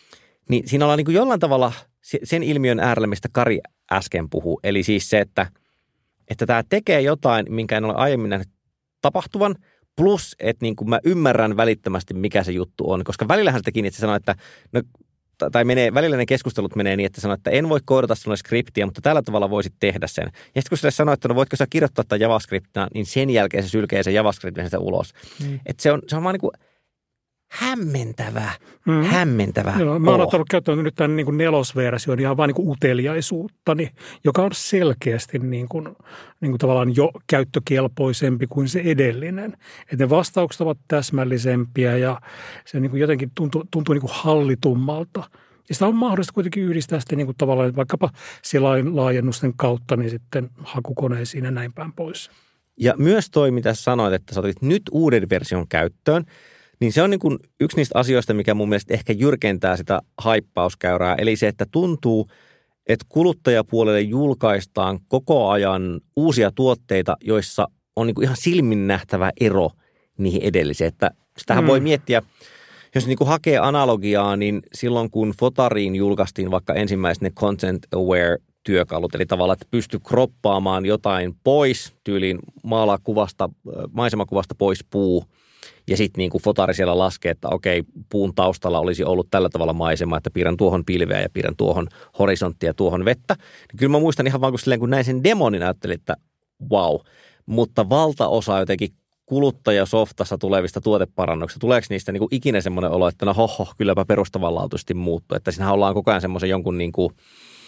niin siinä ollaan niin kuin jollain tavalla sen ilmiön äärellä, mistä Kari äsken puhui. Eli siis se, että, että tämä tekee jotain, minkä en ole aiemmin nähnyt tapahtuvan, plus, että niin kuin mä ymmärrän välittömästi, mikä se juttu on. Koska välillähän sitä kiinni, että se sanoo, että no, tai menee, välillä ne keskustelut menee niin, että sanoo, että en voi koodata sinulle skriptiä, mutta tällä tavalla voisit tehdä sen. Ja sitten kun sille sanoo, että no voitko sä kirjoittaa tämän JavaScriptina, niin sen jälkeen se sylkee sen JavaScriptin sitä ulos. Mm. Että se on, se on vaan niin kuin hämmentävää, mm. hämmentävää. Joo, mä oon ottanut käyttöön nyt tämän niin kuin nelosversion ihan vaan niin kuin uteliaisuuttani, joka on selkeästi niin kuin, niin kuin tavallaan jo käyttökelpoisempi kuin se edellinen. Että ne vastaukset ovat täsmällisempiä ja se niin kuin jotenkin tuntuu, tuntuu niin kuin hallitummalta. Ja sitä on mahdollista kuitenkin yhdistää sitten niin kuin tavallaan vaikkapa silain laajennusten kautta niin sitten hakukoneisiin ja näin päin pois. Ja myös toi, mitä sanoit, että sä otit nyt uuden version käyttöön, niin se on niin kuin yksi niistä asioista, mikä mun mielestä ehkä jyrkentää sitä haippauskäyrää. Eli se, että tuntuu, että kuluttajapuolelle julkaistaan koko ajan uusia tuotteita, joissa on niin kuin ihan silmin nähtävä ero niihin edellisiin. Että sitähän mm. voi miettiä, jos niin kuin hakee analogiaa, niin silloin kun Fotariin julkaistiin vaikka ensimmäiset ne content aware työkalut, eli tavallaan, että pystyy kroppaamaan jotain pois, tyyliin maalaa kuvasta, maisemakuvasta pois puu, ja sitten niin kuin Fotari siellä laskee, että okei, puun taustalla olisi ollut tällä tavalla maisema, että piirrän tuohon pilveä ja piirrän tuohon horisonttia ja tuohon vettä. Niin kyllä mä muistan ihan vaan, kun silleen kun näin sen demon, niin ajattelin, että wow. Mutta valtaosa jotenkin kuluttajasoftassa tulevista tuoteparannuksista, tuleeko niistä niin kuin ikinä semmoinen olo, että no hoho, kylläpä perustavanlaatuisesti muuttuu. Että siinähän ollaan koko ajan semmoisen jonkun niin kuin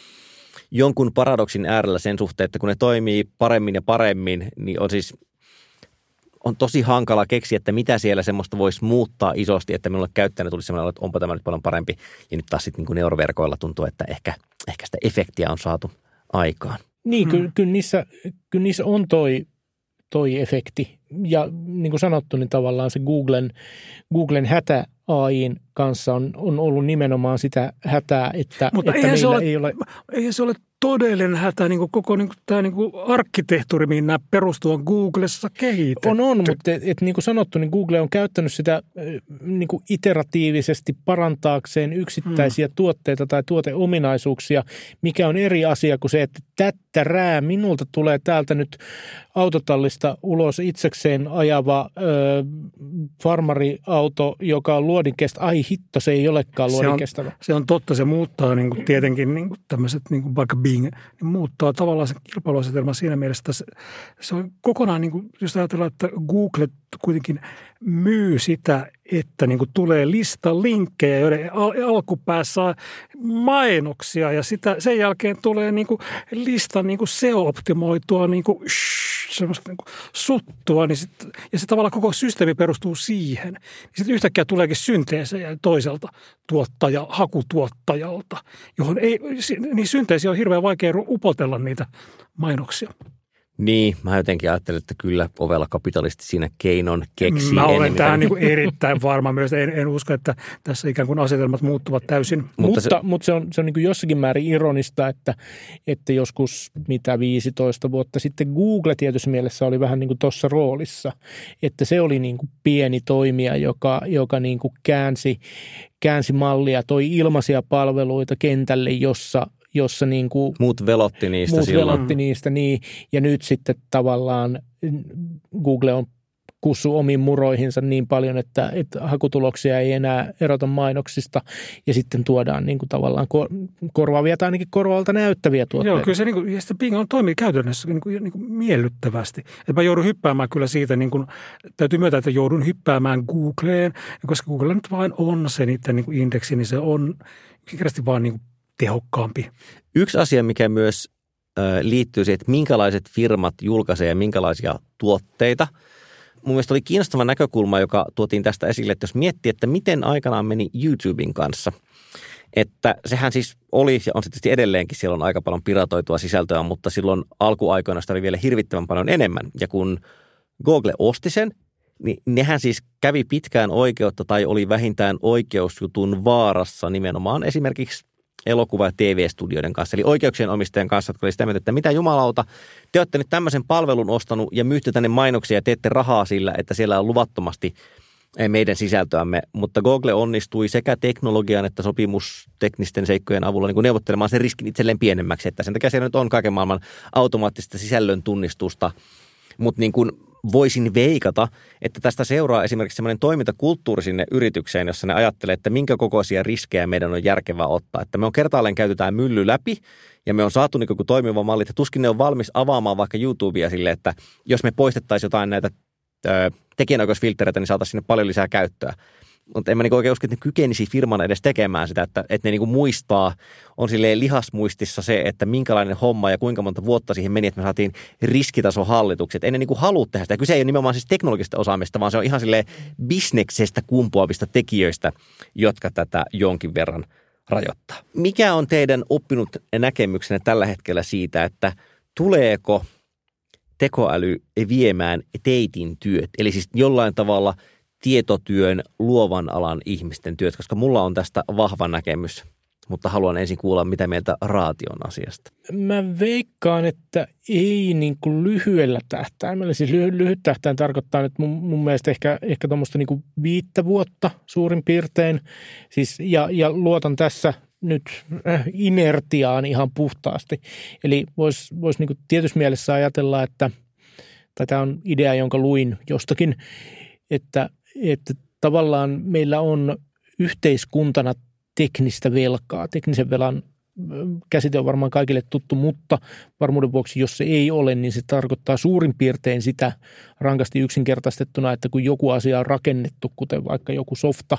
jonkun paradoksin äärellä sen suhteen, että kun ne toimii paremmin ja paremmin, niin on siis on tosi hankala keksiä, että mitä siellä semmoista voisi muuttaa isosti, että minulle käyttäjänä tulisi semmoinen, että onpa tämä nyt paljon parempi. Ja nyt taas sitten niin kuin neuroverkoilla tuntuu, että ehkä, ehkä sitä efektiä on saatu aikaan. Niin, hmm. kyllä, kyllä, niissä, kyllä niissä on toi, toi efekti. Ja niin kuin sanottu, niin tavallaan se Googlen, Googlen hätä A I:n kanssa on, on ollut nimenomaan sitä hätää, että, Mutta että meillä ole, ei ole... Eihän se ole todellinen hätä, niin kuin koko niin kuin, tämä niin kuin arkkitehtuuri, mihin nämä perustuu, on Googlessa kehitetty. On, on, mutta et, et, niin kuin sanottu, niin Google on käyttänyt sitä niin kuin iteratiivisesti parantaakseen yksittäisiä hmm. tuotteita tai tuoteominaisuuksia, mikä on eri asia kuin se, että tättärää, minulta tulee täältä nyt autotallista ulos itsekseen ajava ö, farmariauto, joka on luodinkestävä. Ai hitto, se ei olekaan luodinkestävä. Se, se on totta, se muuttaa niin kuin tietenkin niin kuin tämmöiset niin kuin vaikka Bing, niin muuttaa tavallaan sen kilpailuasetelman siinä mielessä, että se, se on kokonaan, niin kuin, jos ajatellaan, että Google kuitenkin myy sitä, että niin kuin tulee lista linkkejä, joiden al- alkupäässä on mainoksia ja sitä, sen jälkeen tulee niin kuin lista niin kuin S E O-optimoitua niin kuin, shh, semmoista niin kuin suttua, niin sit, ja se tavallaan koko systeemi perustuu siihen. Sitten yhtäkkiä tuleekin synteesejä toiselta tuottaja, hakutuottajalta, johon ei, niin synteesiä on hirveän vaikea upotella niitä mainoksia. Niin, mä jotenkin ajattelin, että kyllä ovella kapitalisti siinä keinon keksii. Mä olen tähän niin kuin erittäin varma myös. En, en usko, että tässä ikään kuin asetelmat muuttuvat täysin. Mutta, mutta se, mutta se on, se on niin kuin jossakin määrin ironista, että, että joskus mitä viisitoista vuotta sitten Google tietyssä mielessä oli vähän niin kuin tuossa roolissa. Että se oli niin kuin pieni toimija, joka, joka niin kuin käänsi, käänsi mallia, toi ilmaisia palveluita kentälle, jossa jossa niin kuin muut velotti niistä muut silloin. velotti niistä, niin, ja nyt sitten tavallaan Google on kussu omiin muroihinsa niin paljon, että, että hakutuloksia ei enää erota mainoksista, ja sitten tuodaan niin kuin tavallaan korvaavia tai ainakin korvaavalta näyttäviä tuotteita. Joo, kyllä se, niin kuin, ja sitten Bing on toimii käytännössä niin kuin, niin kuin miellyttävästi. Että mä joudun hyppäämään kyllä siitä, niin kuin, täytyy myöntää, että joudun hyppäämään Googleen, koska Google nyt vain on se niiden niin kuin indeksi, niin se on yksinkertaisesti vaan niin kuin tehokkaampi. Yksi asia, mikä myös äh, liittyy siihen, että minkälaiset firmat julkaisee ja minkälaisia tuotteita. Mun mielestä oli kiinnostava näkökulma, joka tuotiin tästä esille, että jos miettii, että miten aikanaan meni YouTuben kanssa. Että sehän siis oli, ja on sitten edelleenkin, siellä on aika paljon piratoitua sisältöä, mutta silloin alkuaikoina sitä oli vielä hirvittävän paljon enemmän. Ja kun Google osti sen, niin nehän siis kävi pitkään oikeutta tai oli vähintään oikeusjutun vaarassa nimenomaan esimerkiksi elokuva- ja T V-studioiden kanssa, eli oikeuksien omistajien kanssa, jotka oli sitä mieltä, että mitä jumalauta, te olette nyt tämmöisen palvelun ostanut ja myytte tänne mainoksia ja teette rahaa sillä, että siellä on luvattomasti meidän sisältöämme, mutta Google onnistui sekä teknologian että sopimusteknisten seikkojen avulla niin kuin neuvottelemaan sen riskin itselleen pienemmäksi, että sen takia siellä nyt on kaiken maailman automaattista sisällön tunnistusta, mutta niin kuin voisin veikata, että tästä seuraa esimerkiksi semmoinen toimintakulttuuri sinne yritykseen, jossa ne ajattelee, että minkä kokoisia riskejä meidän on järkevää ottaa. Että me on kertaalleen käytetään mylly läpi ja me on saatu niin kuin toimiva malli, että tuskin ne on valmis avaamaan vaikka YouTubea sille, että jos me poistettaisiin jotain näitä ö, tekijänoikeusfiltreitä, niin saataisiin sinne paljon lisää käyttöä. Mutta en mä niin oikein usko, että ne kykenisi firman edes tekemään sitä, että, että ne niin kuin muistaa, on silleen lihasmuistissa se, että minkälainen homma ja kuinka monta vuotta siihen meni, että me saatiin riskitasohallitukset. Ei ne niin kuin halua tehdä sitä. Kyse ei ole nimenomaan siis teknologista osaamista, vaan se on ihan silleen bisneksestä kumpuavista tekijöistä, jotka tätä jonkin verran rajoittaa. Mikä on teidän oppinut näkemyksenne tällä hetkellä siitä, että tuleeko tekoäly viemään teitin työt? Eli siis jollain tavalla tietotyön, luovan alan ihmisten työt, koska mulla on tästä vahva näkemys, mutta haluan ensin kuulla, mitä mieltä Raation asiasta. Mä veikkaan, että ei niin kuin lyhyellä tähtäimellä. Siis lyhy- lyhyt tähtäin tarkoittaa nyt mun, mun mielestä ehkä, ehkä tuommoista niin kuin viittä vuotta suurin piirtein. Siis, ja, ja luotan tässä nyt inertiaan ihan puhtaasti. Eli voisi vois niin kuin tietyssä mielessä ajatella, että, tai tämä on idea, jonka luin jostakin, että että tavallaan meillä on yhteiskuntana teknistä velkaa. Teknisen velan käsite on varmaan kaikille tuttu, mutta varmuuden vuoksi, jos se ei ole, niin se tarkoittaa suurin piirtein sitä rankasti yksinkertaistettuna, että kun joku asia on rakennettu, kuten vaikka joku softa,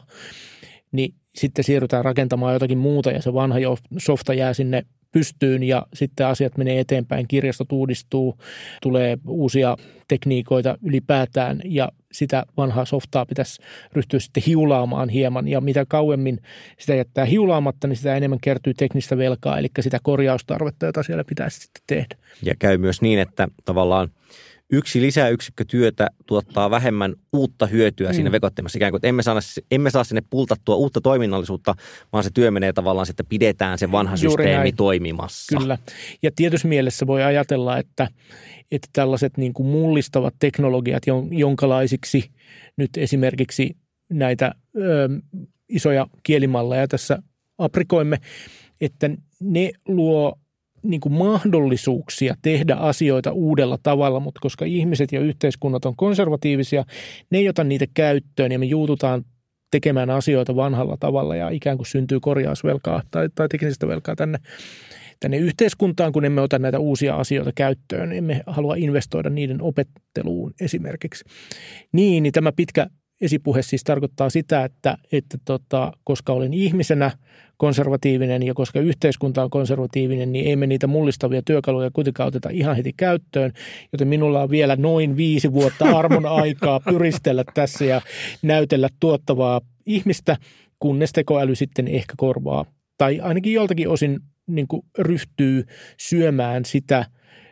niin sitten siirrytään rakentamaan jotakin muuta ja se vanha softa jää sinne pystyyn ja sitten asiat menee eteenpäin, kirjastot uudistuu, tulee uusia tekniikoita ylipäätään ja sitä vanhaa softaa pitäisi ryhtyä sitten hiulaamaan hieman ja mitä kauemmin sitä jättää hiulaamatta, niin sitä enemmän kertyy teknistä velkaa, eli sitä korjaustarvetta, jota siellä pitäisi sitten tehdä. Ja käy myös niin, että tavallaan yksi lisäyksikkö työtä tuottaa vähemmän uutta hyötyä mm. siinä vekottimassa. Ikään kuin, että emme saa, emme saa sinne pultattua uutta toiminnallisuutta, vaan se työ menee tavallaan, että pidetään se vanha Juuri systeemi näin. Toimimassa. Kyllä. Ja tietyssä mielessä voi ajatella, että, että tällaiset niin kuin mullistavat teknologiat, jonkalaisiksi nyt esimerkiksi näitä ö, isoja kielimalleja tässä aprikoimme, että ne luo niin kuin mahdollisuuksia tehdä asioita uudella tavalla, mutta koska ihmiset ja yhteiskunnat on konservatiivisia, ne ei ota niitä käyttöön ja me juututaan tekemään asioita vanhalla tavalla ja ikään kuin syntyy korjausvelkaa tai, tai teknistä velkaa tänne, tänne yhteiskuntaan, kun emme ota näitä uusia asioita käyttöön. Emme halua investoida niiden opetteluun esimerkiksi. Niin, niin tämä pitkä esipuhe siis tarkoittaa sitä, että, että tota, koska olen ihmisenä konservatiivinen ja koska yhteiskunta on konservatiivinen, niin ei me niitä mullistavia työkaluja kuitenkaan oteta ihan heti käyttöön, joten minulla on vielä noin viisi vuotta armon aikaa pyristellä tässä ja näytellä tuottavaa ihmistä, kunnes tekoäly sitten ehkä korvaa tai ainakin joltakin osin niin kuin ryhtyy syömään sitä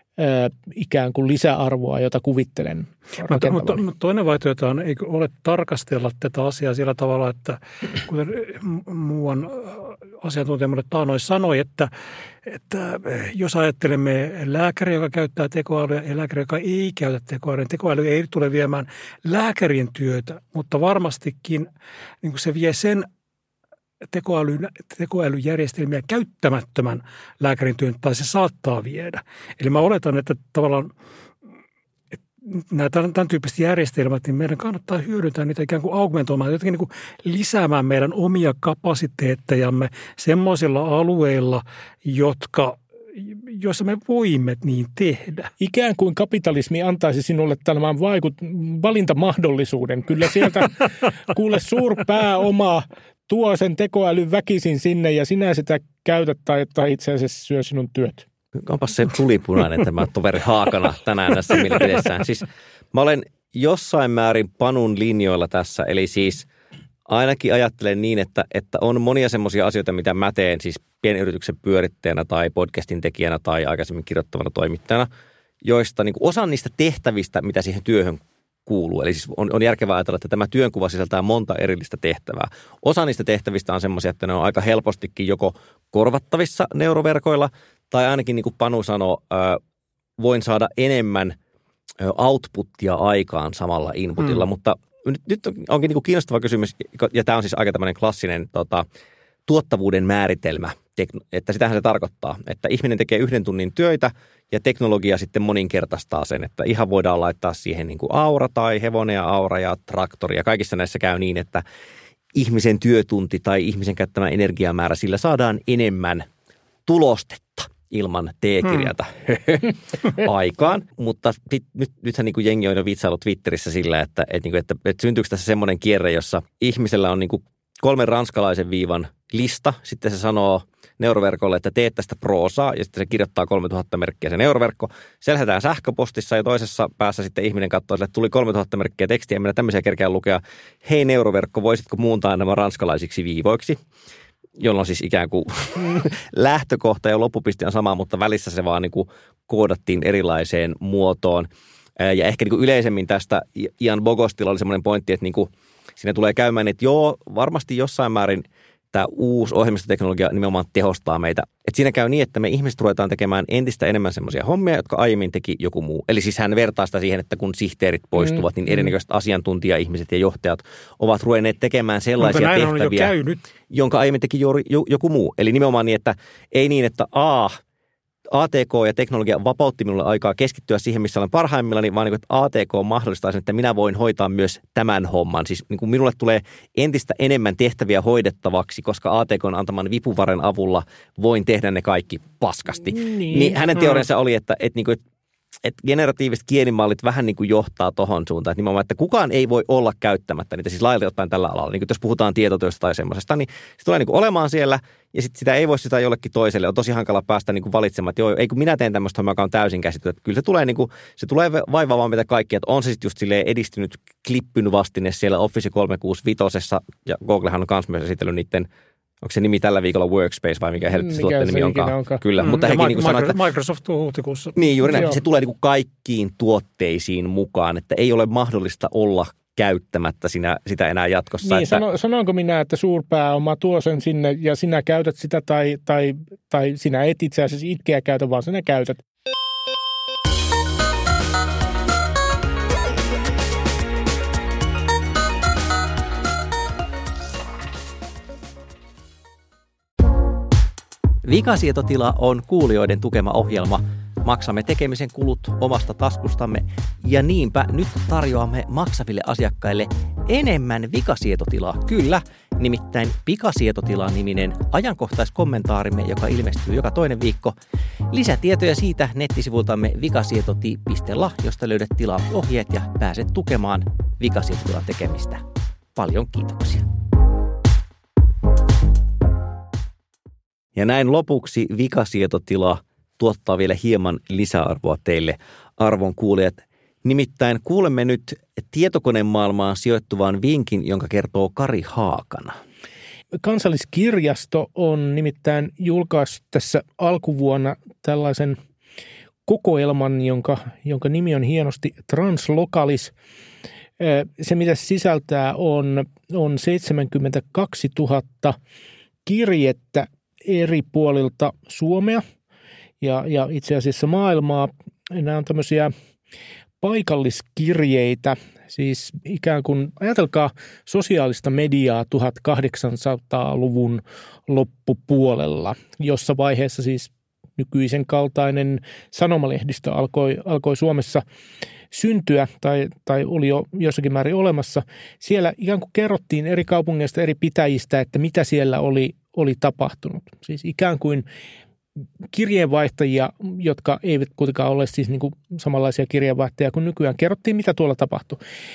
ikään kuin lisäarvoa, jota kuvittelen rakentavani. Mutta toinen vaihtoehto on, eikö ole tarkastella tätä asiaa sillä tavalla, että kuten muuan asiantuntijamme taanoin sanoi, että, että jos ajattelemme lääkäriä, joka käyttää tekoälyä ja lääkäriä, joka ei käytä tekoälyä, niin tekoäly ei tule viemään lääkärien työtä, mutta varmastikin niin kuin se vie sen Tekoäly, tekoälyjärjestelmiä käyttämättömän lääkärin työn, tai se saattaa viedä. Eli mä oletan, että tavallaan että nämä tämän tyyppiset järjestelmät, niin meidän kannattaa hyödyntää niitä ikään kuin augmentoimaan, jotenkin niin kuin lisäämään meidän omia kapasiteettejamme semmoisilla alueilla, jotka joissa me voimme niin tehdä. Ikään kuin kapitalismi antaisi sinulle tällainen vaikut, valintamahdollisuuden. Kyllä sieltä kuule suurpääoma tuo sen tekoälyn väkisin sinne ja sinä sitä käytät tai, tai itse asiassa syö sinun työt. Onpas se tulipunainen tämä toveri Haakana tänään tässä mielipiteessään. Siis mä olen jossain määrin Panun linjoilla tässä, eli siis ainakin ajattelen niin, että, että on monia semmoisia asioita, mitä mä teen siis pienyrityksen pyörittäjänä tai podcastin tekijänä tai aikaisemmin kirjoittavana toimittajana, joista niin kuin osa niistä tehtävistä, mitä siihen työhön kuuluu. Eli siis on, on järkevää ajatella, että tämä työnkuva sisältää monta erillistä tehtävää. Osa niistä tehtävistä on semmoisia, että ne on aika helpostikin joko korvattavissa neuroverkoilla tai ainakin niin kuin Panu sanoi, voin saada enemmän outputtia aikaan samalla inputilla, mm. mutta nyt, nyt onkin niin kuin kiinnostava kysymys, ja tämä on siis aika tämmöinen klassinen tota, tuottavuuden määritelmä, että sitähän se tarkoittaa, että ihminen tekee yhden tunnin töitä ja teknologia sitten moninkertaistaa sen, että ihan voidaan laittaa siihen niin kuin aura tai hevonen ja aura ja traktori ja kaikissa näissä käy niin, että ihmisen työtunti tai ihmisen käyttämä energiamäärä, sillä saadaan enemmän tulostetta ilman T-kirjata hmm. aikaan. Mutta sit, nyt, nythän niin kuin jengi on jo vitsaillut Twitterissä sillä, että, että, että, että syntyykö tässä semmoinen kierre, jossa ihmisellä on niin kuin kolmen ranskalaisen viivan lista. Sitten se sanoo neuroverkolle, että teet tästä proosaa ja sitten se kirjoittaa kolmetuhatta merkkiä se neuroverkko. Se lähdetään sähköpostissa ja toisessa päässä sitten ihminen katsoo, että tuli kolmetuhatta merkkiä tekstiä ja minä tämmöisiä kerkeän lukea. Hei neuroverkko, voisitko muuntaa nämä ranskalaisiksi viivoiksi? Jolloin siis ikään kuin lähtökohta ja loppupiste on sama, mutta välissä se vaan niin kuin koodattiin erilaiseen muotoon. Ja ehkä niin kuin yleisemmin tästä Ian Bogostilla oli semmoinen pointti, että niin kuin siinä tulee käymään, että joo, varmasti jossain määrin tämä uusi ohjelmistoteknologia nimenomaan tehostaa meitä. Että siinä käy niin, että me ihmiset ruvetaan tekemään entistä enemmän semmoisia hommia, jotka aiemmin teki joku muu. Eli siis hän vertaa sitä siihen, että kun sihteerit poistuvat, mm, niin erinäköiset mm. asiantuntija-ihmiset ja johtajat ovat ruvenneet tekemään sellaisia tehtäviä, jonka aiemmin teki juuri joku muu. Eli nimenomaan niin, että ei niin, että A, A T K ja teknologia vapautti minulle aikaa keskittyä siihen, missä olen parhaimmillani, vaan niin kuin, että A T K mahdollistaa sen, että minä voin hoitaa myös tämän homman. Siis niin kuin minulle tulee entistä enemmän tehtäviä hoidettavaksi, koska A T K:n antaman vipuvaren avulla voin tehdä ne kaikki paskasti. Niin, niin hänen teoriansa oli, että, että, niin kuin, että generatiiviset kielimallit vähän niin kuin johtaa tohon suuntaan. Että nimenomaan, että kukaan ei voi olla käyttämättä niitä, siis laajasti ottaen tällä alalla. Niin kuin jos puhutaan tietotyöstä tai semmoisesta, niin se tulee niin kuin olemaan siellä. Ja sitten sitä ei voi sitä jollekin toiselle. On tosi hankala päästä niin kuin valitsemaan, että joo, ei kun minä teen tämmöistä hommaa, joka on täysin käsitetty. Kyllä se tulee, niin kuin, se tulee vaivaamaan meitä kaikkia, että on se sitten just silleen edistynyt klippyn vastine siellä Office kolmesataakuusikymmentäviisi, ja Googlehan on myös myös esitellyt niiden, onko se nimi tällä viikolla Workspace vai mikä helvetti se tuotteen nimi onkaan? onkaan. Kyllä, mm, mutta hekin niin kuin sanoo, että Microsoft huhtikuussa. Niin, juuri näin. Se tulee niin kuin kaikkiin tuotteisiin mukaan, että ei ole mahdollista olla käyttämättä sinä, sitä enää jatkossa. Niin, että sano, sanonko minä, että suurpääoma tuo sen sinne ja sinä käytät sitä tai, tai, tai sinä et itse asiassa itkeä käytä, vaan sinä käytät. Vikasietotila on kuulijoiden tukema ohjelma. Maksamme tekemisen kulut omasta taskustamme ja niinpä nyt tarjoamme maksaville asiakkaille enemmän vikasietotilaa. Kyllä, nimittäin Pikasietotila-niminen ajankohtaiskommentaarimme, joka ilmestyy joka toinen viikko. Lisätietoja siitä nettisivultamme vikasietoti piste la, josta löydät tilausohjeet ja pääset tukemaan vikasietotilan tekemistä. Paljon kiitoksia. Ja näin lopuksi vikasietotila tuottaa vielä hieman lisäarvoa teille, arvon kuulijat. Nimittäin kuulemme nyt tietokonemaailmaan sijoittuvaan vinkin, jonka kertoo Kari Haakana. Kansalliskirjasto on nimittäin julkaissut tässä alkuvuonna tällaisen kokoelman, jonka, jonka nimi on hienosti Translocalis. Se, mitä se sisältää, on, on seitsemänkymmentäkaksituhatta kirjettä eri puolilta Suomea ja, ja itse asiassa maailmaa. Nämä on tämmöisiä paikalliskirjeitä, siis ikään kuin ajatelkaa sosiaalista mediaa tuhatkahdeksansataaluvun loppupuolella, jossa vaiheessa siis nykyisen kaltainen sanomalehdistö alkoi, alkoi Suomessa syntyä tai, tai oli jo jossakin määrin olemassa. Siellä ikään kuin kerrottiin eri kaupungeista, eri pitäjistä, että mitä siellä oli, oli tapahtunut. Siis ikään kuin kirjeenvaihtajia, jotka eivät kuitenkaan ole siis niin kuin samanlaisia kirjeenvaihtajia kuin nykyään. Kerrottiin, mitä tuolla tapahtui.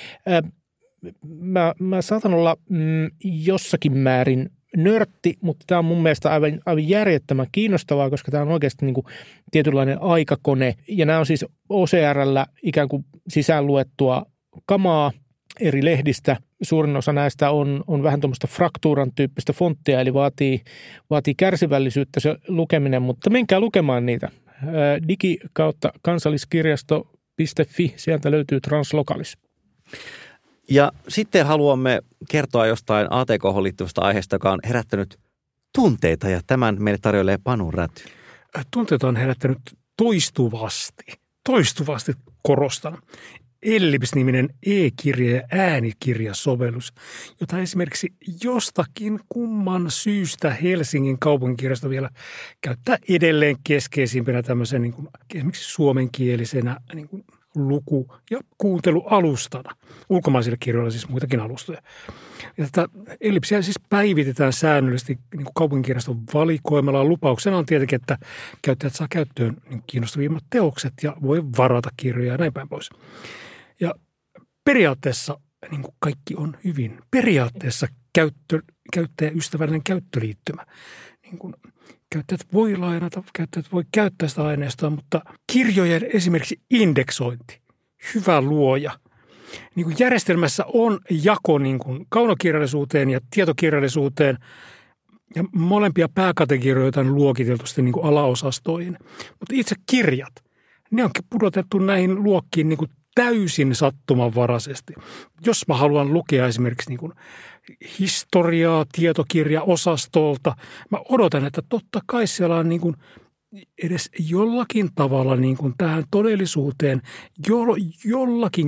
Mä, mä saatan olla mm, jossakin määrin nörtti, mutta tämä on mun mielestä aivan, aivan järjettömän kiinnostavaa, koska tämä on oikeasti niin kuin tietynlainen aikakone. Ja nämä on siis O C R:llä ikään kuin sisään luettua kamaa eri lehdistä. Suurin osa näistä on, on vähän tuommoista fraktuuran tyyppistä fonttia, eli vaatii, vaatii kärsivällisyyttä se lukeminen, mutta menkää lukemaan niitä. Digi kautta kansalliskirjasto piste fi, sieltä löytyy Translocalis. Ja sitten haluamme kertoa jostain A T K:hon liittyvästä aiheesta, joka on herättänyt tunteita, ja tämän meille tarjoilee Panu Räty. Tunteita on herättänyt toistuvasti, toistuvasti korostan. Ellipse-niminen e-kirja- ja äänikirjasovellus, jota esimerkiksi jostakin kumman syystä Helsingin kaupunkikirjasto vielä käyttää edelleen keskeisimpänä tämmöisen niin kuin, esimerkiksi suomenkielisenä niin kuin luku- ja kuuntelualustana. Ulkomaisille kirjoille siis muitakin alustoja. Ja tätä Ellipseä siis päivitetään säännöllisesti niin kuin kaupunkikirjaston valikoimalla. Lupauksena on tietenkin, että käyttäjät saa käyttöön niin kiinnostavimmat teokset ja voi varata kirjoja ja näin päin pois. Ja periaatteessa niin kuin kaikki on hyvin. Periaatteessa käyttö, käyttäjäystävällinen käyttöliittymä. Niin kuin käyttäjät voi lainata, käyttäjät voi käyttää sitä aineistoa, mutta kirjojen esimerkiksi indeksointi, hyvä luoja. Niin kuin järjestelmässä on jako niin kuin kaunokirjallisuuteen ja tietokirjallisuuteen ja molempia pääkategorioita on luokiteltu sitten niin kuin alaosastoihin. Mutta itse kirjat, ne onkin pudotettu näihin luokkiin niin kuin täysin sattumanvaraisesti. Jos mä haluan lukea esimerkiksi niin kuin historiaa tietokirjaosastolta, mä odotan, että totta kai siellä on niin kuin edes jollakin tavalla niin kuin tähän todellisuuteen jo, jollakin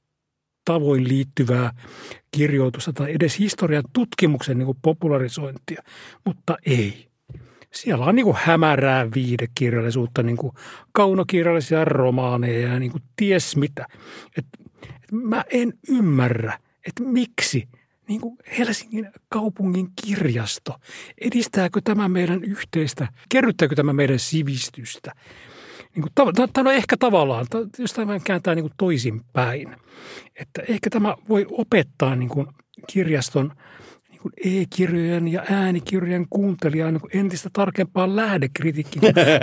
tavoin liittyvää kirjoitusta tai edes historian tutkimuksen niin kuin popularisointia, mutta ei. Siellä on niin kuin hämärää viihdekirjallisuutta, niin kuin kaunokirjallisia romaaneja ja niin kuin ties mitä. Et, et mä en ymmärrä, että miksi niin kuin Helsingin kaupungin kirjasto, edistääkö tämä meidän yhteistä, kerryttääkö tämä meidän sivistystä? Niin kuin, tämä on ehkä tavallaan, jos tämä kääntää niin kuin toisinpäin, että ehkä tämä voi opettaa niin kuin kirjaston niin kuin e-kirjojen ja äänikirjojen kuuntelijaa niin kuin entistä tarkempaa lähdekritiikkiä.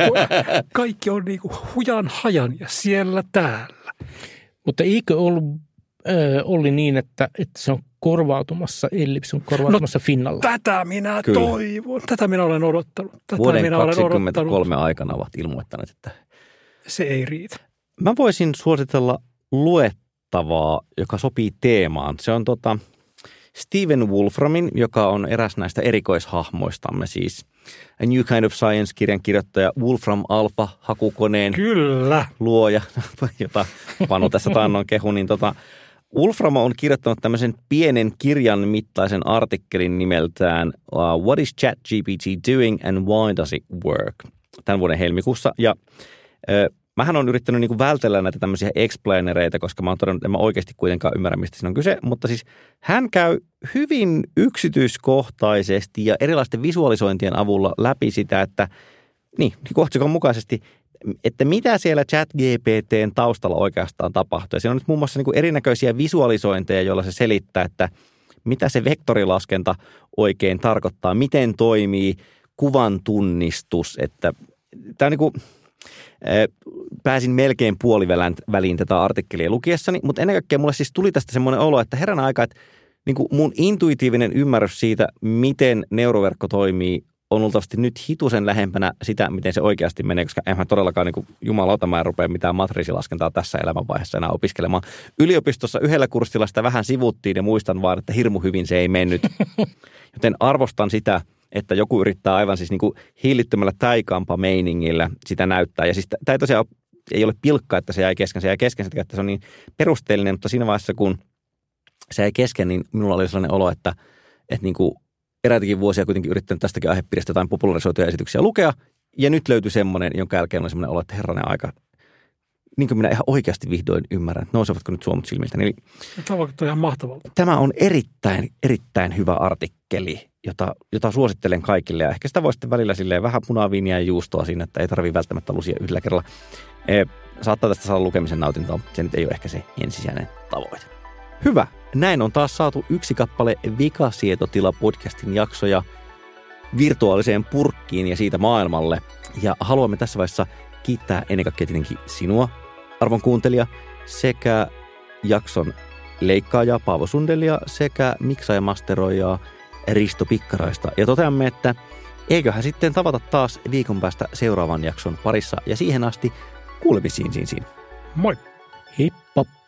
Kaikki on niin kuin hujan hajan ja siellä täällä. Mutta eikö ollut, äh, Olli niin, että, että se on korvautumassa, Ellipse on korvautumassa no, Finnalla? Tätä minä Kyllä. toivon. Tätä minä olen odottanut. Tätä Vuoden minä kaksikymmentäkolme aikana ovat ilmoittaneet, että se ei riitä. Mä voisin suositella luettavaa, joka sopii teemaan. Se on tota Stephen Wolframin, joka on eräs näistä erikoishahmoistamme, siis A New Kind of Science-kirjan kirjoittaja Wolfram Alpha, hakukoneen Kyllä. luoja, jota Panu tässä taannoin kehu, niin tota, Wolfram on kirjoittanut tämmöisen pienen kirjan mittaisen artikkelin nimeltään uh, What is ChatGPT doing and why does it work? Tämän vuoden helmikuussa. Ja ö, mähän on yrittänyt niinku vältellä näitä tämmöisiä explainereita, koska mä oon todennut, että en mä oikeasti kuitenkaan ymmärrä, mistä siinä on kyse. Mutta siis hän käy hyvin yksityiskohtaisesti ja erilaisten visualisointien avulla läpi sitä, että niin, otsikon mukaisesti, että mitä siellä ChatGPTn taustalla oikeastaan tapahtuu. Ja siinä on nyt muun muassa niin kuin erinäköisiä visualisointeja, joilla se selittää, että mitä se vektorilaskenta oikein tarkoittaa, miten toimii kuvan tunnistus. Että tämä on niin kuin, pääsin melkein puoliväliin tätä artikkelia lukiessani, mutta ennen kaikkea mulle siis tuli tästä semmoinen olo, että herran aika, että niin kuin mun intuitiivinen ymmärrys siitä, miten neuroverkko toimii, on luultavasti nyt hitusen lähempänä sitä, miten se oikeasti menee, koska enhän todellakaan niin jumalauta mä en rupea mitään matriisilaskentaa tässä elämänvaiheessa enää opiskelemaan. Yliopistossa yhdellä kurssilla sitä vähän sivuttiin ja muistan vaan, että hirmu hyvin se ei mennyt. Joten arvostan sitä, että joku yrittää aivan siis niin kuin hillittömällä täikampa-meiningillä sitä näyttää. Ja siis tämä ei tosiaan ei ole pilkka, että se jäi kesken. Se jäi kesken, että se on niin perusteellinen, mutta siinä vaiheessa, kun se jäi kesken, niin minulla oli sellainen olo, että, että niin kuin eräitäkin vuosia kuitenkin yrittänyt tästäkin aihepiiristä jotain popularisoituja esityksiä lukea. Ja nyt löytyi semmoinen, jonka jälkeen oli semmoinen olo, että herranen aika, niin kuin minä ihan oikeasti vihdoin ymmärrän, että nousevatko nyt suomut silmiltä. Eli tämä on ihan mahtavalta. Tämä on erittäin, erittäin hyvä artikkeli, jota, jota suosittelen kaikille. Ja ehkä sitä voi sitten välillä silleen vähän punaviiniä ja juustoa siinä, että ei tarvitse välttämättä lusia yhdellä kerralla. E, saattaa tästä saada lukemisen nautintoa, se nyt ei ole ehkä se ensisijainen tavoite. Hyvä. Näin on taas saatu yksi kappale Vikasietotila-podcastin jaksoja virtuaaliseen purkkiin ja siitä maailmalle. Ja haluamme tässä vaiheessa kiittää ennen kaikkea tietenkin sinua, arvon kuuntelija, sekä jakson leikkaajaa Paavo Sundelia sekä miksaaja masteroijaa Risto Pikkaraista. Ja toteamme, että eiköhän sitten tavata taas viikon päästä seuraavan jakson parissa. Ja siihen asti kuulemisiin siinä. Moi! Heippa!